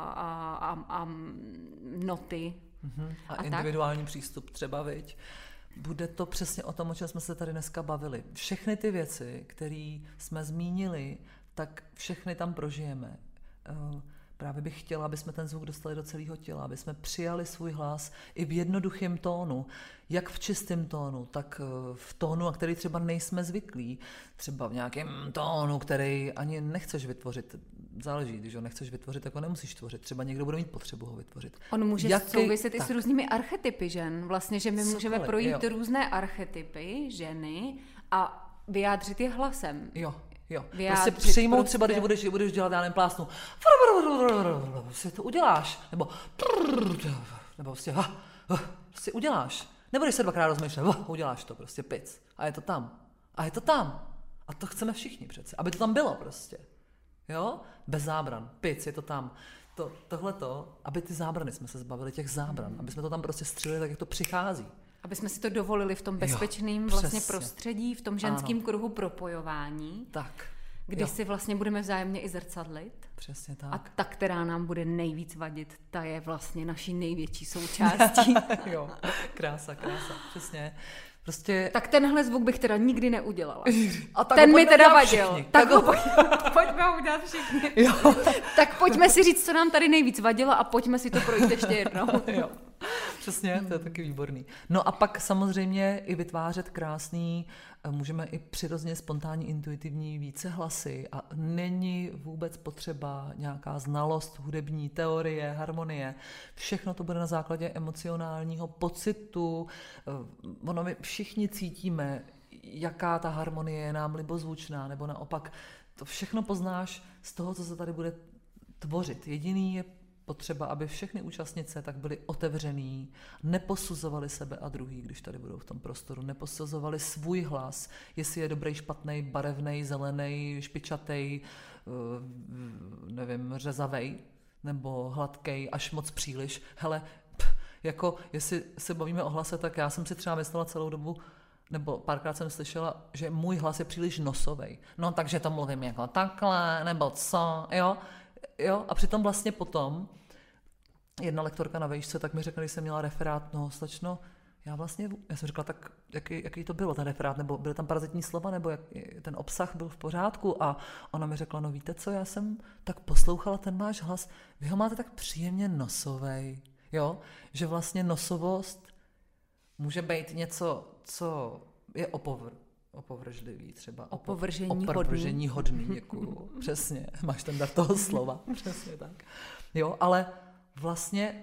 a noty. A individuální přístup třeba, viď? Bude to přesně o tom, o čem jsme se tady dneska bavili. Všechny ty věci, které jsme zmínili, tak všechny tam prožijeme. Právě bych chtěla, aby jsme ten zvuk dostali do celého těla, aby jsme přijali svůj hlas i v jednoduchém tónu, jak v čistém tónu, tak v tónu, na který třeba nejsme zvyklí, třeba v nějakém tónu, který ani nechceš vytvořit. Záleží, když ho nechceš vytvořit, tak ho nemusíš tvořit. Třeba někdo bude mít potřebu ho vytvořit. On může souviset i s různými archetypy žen. Vlastně, že my můžeme projít různé archetypy ženy a vyjádřit je hlasem. Jo, prostě přijmout třeba, když budeš dělat, já nevím, plásnu, si to uděláš, nebo prostě uděláš. Nebudeš se dvakrát rozmýšlet, uděláš to, prostě pic. A je to tam. A to chceme všichni přece, aby to tam bylo prostě. Jo? Bez zábran, pic, je to tam. Tohleto, aby ty zábrany jsme se zbavili těch zábran, aby jsme to tam prostě střelili tak, jak to přichází. Aby jsme si to dovolili v tom bezpečném vlastně prostředí, v tom ženském kruhu propojování. Tak. Kdy si vlastně budeme vzájemně i zrcadlit. Přesně tak. A ta, která nám bude nejvíc vadit, ta je vlastně naší největší součástí. Jo, krása, přesně. Prostě... Tak tenhle zvuk bych teda nikdy neudělala. A tak ten mi teda vadil. Všichni. Tak ho pojďme ho udělat všichni. Jo. Tak pojďme si říct, co nám tady nejvíc vadilo a pojďme si to projít ještě jednou. Jo. Přesně, to je taky výborný. No a pak samozřejmě i vytvářet krásný, můžeme i přirozeně spontánní, intuitivní vícehlasy a není vůbec potřeba nějaká znalost hudební teorie, harmonie. Všechno to bude na základě emocionálního pocitu. Ono my všichni cítíme, jaká ta harmonie je nám libozvučná, nebo naopak to všechno poznáš z toho, co se tady bude tvořit. Jediný je potřeba, aby všechny účastnice tak byly otevřený, neposuzovali sebe a druhý, když tady budou v tom prostoru, neposuzovali svůj hlas, jestli je dobrý, špatný, barevný, zelený, špičatý, nevím, řezavej, nebo hladkej, až moc příliš. Hele, jako jestli se bavíme o hlase, tak já jsem si třeba myslela celou dobu, nebo párkrát jsem slyšela, že můj hlas je příliš nosovej. No takže to mluvím jako takhle, nebo co, jo? A přitom vlastně potom jedna lektorka na vejšce tak mi řekla, když jsem měla referát, no slečno, já jsem řekla, tak jaký to bylo ten referát, nebo byly tam parazitní slova, nebo ten obsah byl v pořádku a ona mi řekla, no víte co, já jsem tak poslouchala ten váš hlas, vy ho máte tak příjemně nosovej, jo, že vlastně nosovost může být něco, co je opovržlivý třeba. Opovržení hodný, děkuju. Přesně, máš ten dar toho slova. Přesně tak. Jo, ale vlastně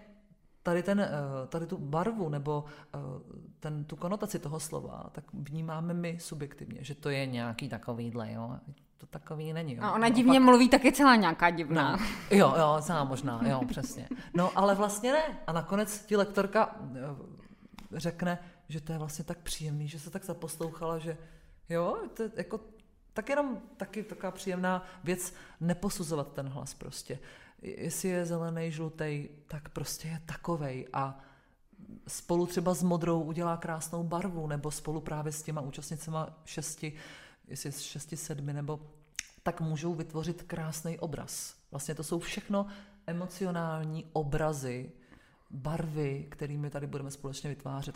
tady tu barvu nebo tu konotaci toho slova, tak vnímáme my subjektivně, že to je nějaký takovýhle, jo. To takový není. Jo. A ona divně mluví, tak je celá nějaká divná. No. Jo, celá možná, jo, přesně. No, ale vlastně ne. A nakonec ti lektorka řekne, že to je vlastně tak příjemný, že se tak zaposlouchala, že jo, to je jako tak jenom taky taková příjemná věc neposuzovat ten hlas prostě. Jestli je zelený, žlutej, tak prostě je takovej a spolu třeba s modrou udělá krásnou barvu, nebo spolu právě s těma účastnicema 6, jestli 6, 7, nebo tak můžou vytvořit krásný obraz. Vlastně to jsou všechno emocionální obrazy, barvy, kterými tady budeme společně vytvářet a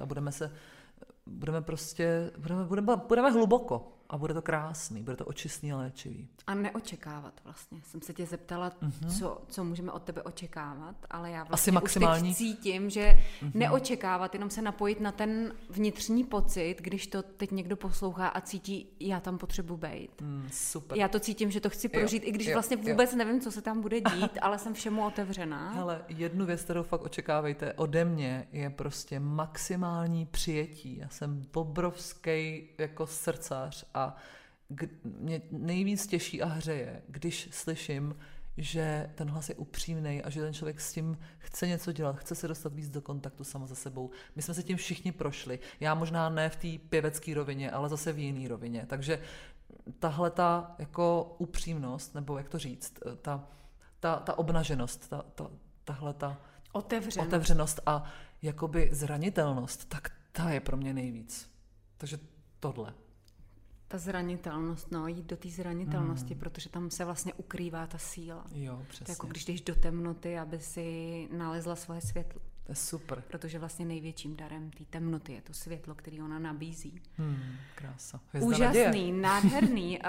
budeme hluboko a bude to krásný, bude to očistný a léčivý. A neočekávat vlastně. Jsem se tě zeptala, co můžeme od tebe očekávat, ale já vlastně už teď cítím, že neočekávat, jenom se napojit na ten vnitřní pocit, když to teď někdo poslouchá a cítí, já tam potřebuji být. Super. Já to cítím, že to chci prožít, i když vlastně vůbec nevím, co se tam bude dít, ale jsem všemu otevřená. Hele, jednu věc, kterou fakt očekávejte ode mě, je prostě maximální přijetí. Já jsem obrovský jako srdcař a mě nejvíc těší a hřeje, když slyším, že ten hlas je upřímnej a že ten člověk s tím chce něco dělat, chce se dostat víc do kontaktu sama se sebou. My jsme se tím všichni prošli. Já možná ne v té pěvecké rovině, ale zase v jiné rovině. Takže tahle ta jako upřímnost, nebo jak to říct, ta obnaženost, tahle ta otevřenost a jakoby zranitelnost, tak ta je pro mě nejvíc. Takže tohle. Ta zranitelnost, jít do té zranitelnosti, protože tam se vlastně ukrývá ta síla. Jo, přesně. To jako když jdeš do temnoty, aby si nalezla svoje světlo. To je super. Protože vlastně největším darem té temnoty je to světlo, který ona nabízí. Krása. Úžasný, nádherný.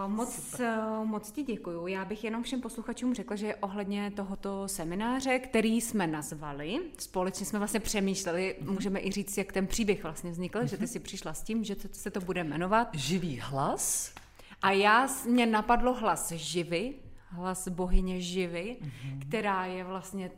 Moc ti děkuju. Já bych jenom všem posluchačům řekla, že ohledně tohoto semináře, který jsme nazvali, společně jsme vlastně přemýšleli, můžeme i říct, jak ten příběh vlastně vznikl, že ty si přišla s tím, že se to bude jmenovat Živý hlas. A mě napadlo hlas živy, hlas bohyně živy, která je vlastně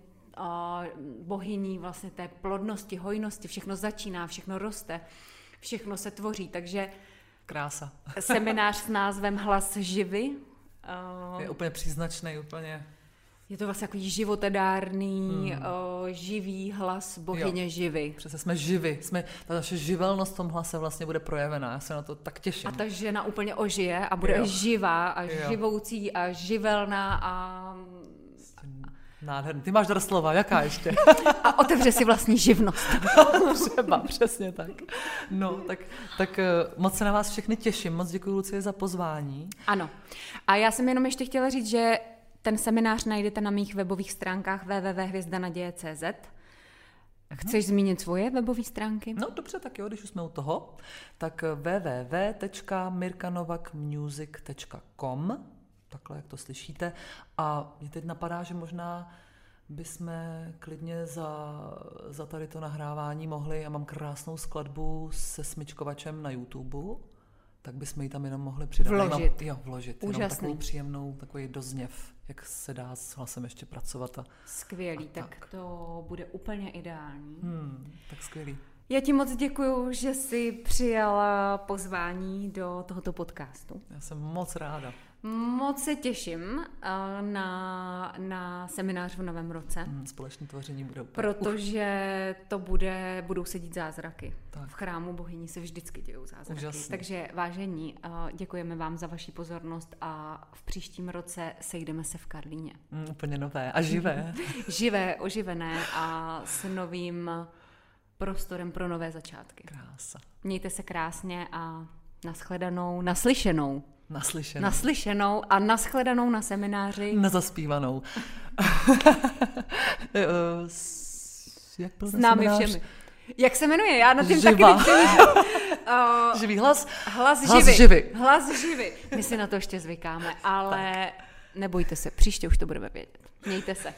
bohyní vlastně té plodnosti, hojnosti, všechno začíná, všechno roste, všechno se tvoří, takže krása. Seminář s názvem Hlas živy. Je úplně příznačný, úplně. Je to vlastně takový životodárný, živý hlas bohyně živy. Přesně, jsme živi. Ta naše živelnost v tom hlase vlastně bude projevená. Já se na to tak těším. A ta žena úplně ožije a bude živá a živoucí a živelná a Nádherný. Ty máš dar slova, jaká ještě? A otevře si vlastní živnost. Třeba, přesně tak. No, tak moc se na vás všechny těším. Moc děkuji, Lucie, za pozvání. Ano. A já jsem jenom ještě chtěla říct, že ten seminář najdete na mých webových stránkách www.hvězdanaděje.cz. Chceš zmínit svoje webové stránky? No dobře, tak jo, když už jsme u toho, tak www.mirkanovakmusic.com, takhle, jak to slyšíte. A mě teď napadá, že možná bychom klidně za tady to nahrávání mohli, já mám krásnou skladbu se smyčkovačem na YouTube, tak bychom ji tam jenom mohli přidat. Vložit. Úžasný. Jenom takovou příjemnou, takový dozněv, jak se dá s hlasem ještě pracovat. Skvělý, tak to bude úplně ideální. Tak skvělý. Já ti moc děkuju, že jsi přijala pozvání do tohoto podcastu. Já jsem moc ráda. Moc se těším na seminář v novém roce. Společné tvoření bude úplně. Protože budou se dít zázraky. Tak. V chrámu bohyni se vždycky dějou zázraky. Úžasný. Takže vážení, děkujeme vám za vaši pozornost a v příštím roce sejdeme se v Karlíně. Úplně nové a živé. Živé, oživené a s novým prostorem pro nové začátky. Krása. Mějte se krásně a naslyšenou a nashledanou na semináři. Nazaspívanou. Jak byl s námi všemi. Jak se jmenuje? Já na tím Živa. taky Živý hlas? Hlas živy. My si na to ještě zvykáme, ale nebojte se, příště už to budeme vědět. Mějte se.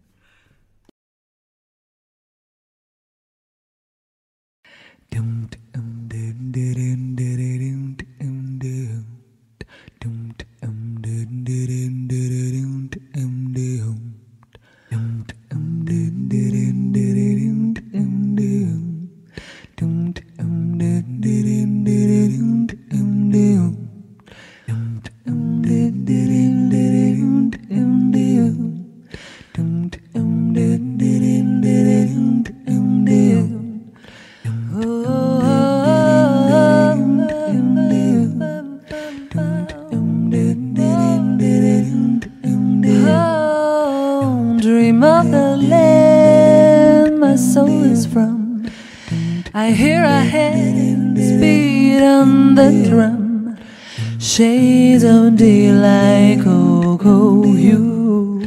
I hear a head speed on the drum, shades of daylight, cocoa hue.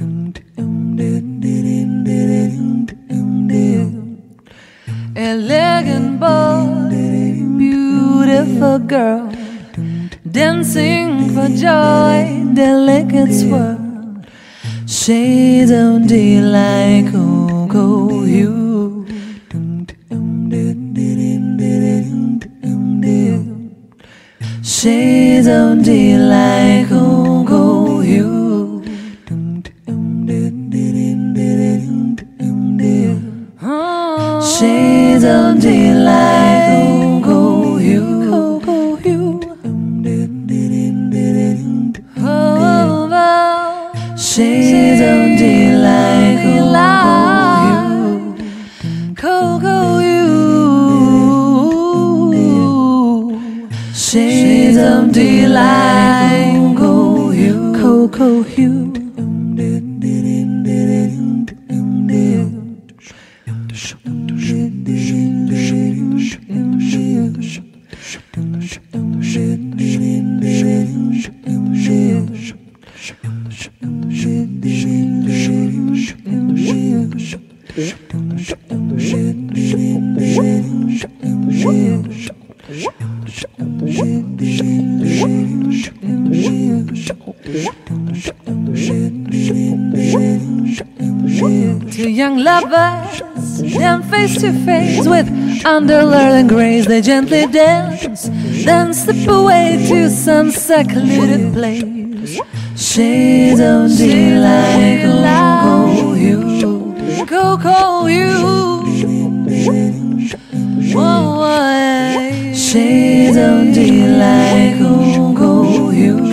Elegant boy, beautiful girl, dancing for joy, delicate swirl, shades of daylight, cocoa hue. Shades of daylight, cocoa hue. Shades of daylight, cocoa hue, cocoa hue. Shades of daylight, cocoa hue. Shades of daylight, cocoa hue. Two young lovers stand face to face with underlayer and grace. They gently dance, then slip away to some secluded place. Shades of daylight, cocoa hue, cocoa hue. Whoa, shades of daylight, cocoa hue.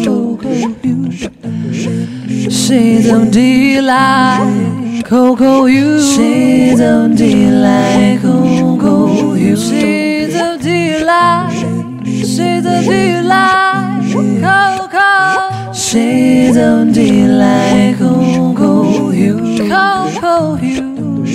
Shades of daylight, cocoa hue. Shades of daylight, cocoa hue. Shades of daylight, shades of daylight, cocoa. Shades of daylight, cocoa hue. of you.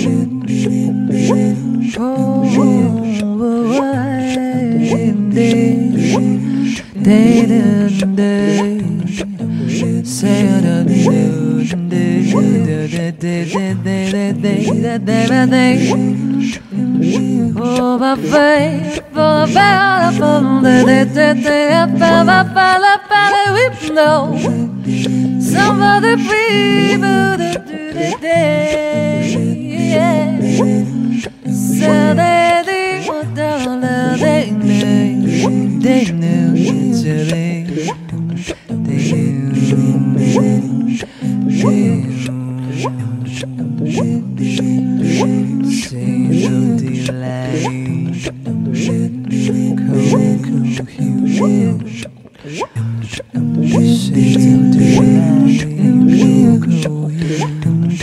Oh, my faith, for the no, somebody people that do the day, yeah. So they want to they knew eventually, shades of delight, cool hue. Shades of delight, cool hue.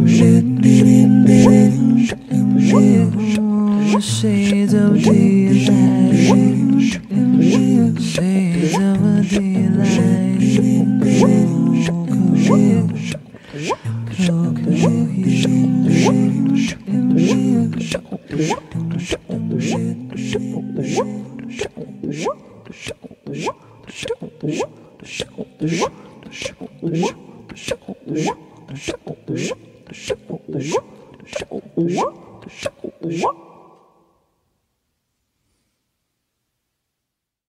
Shades of delight, shades of delight, cool hue.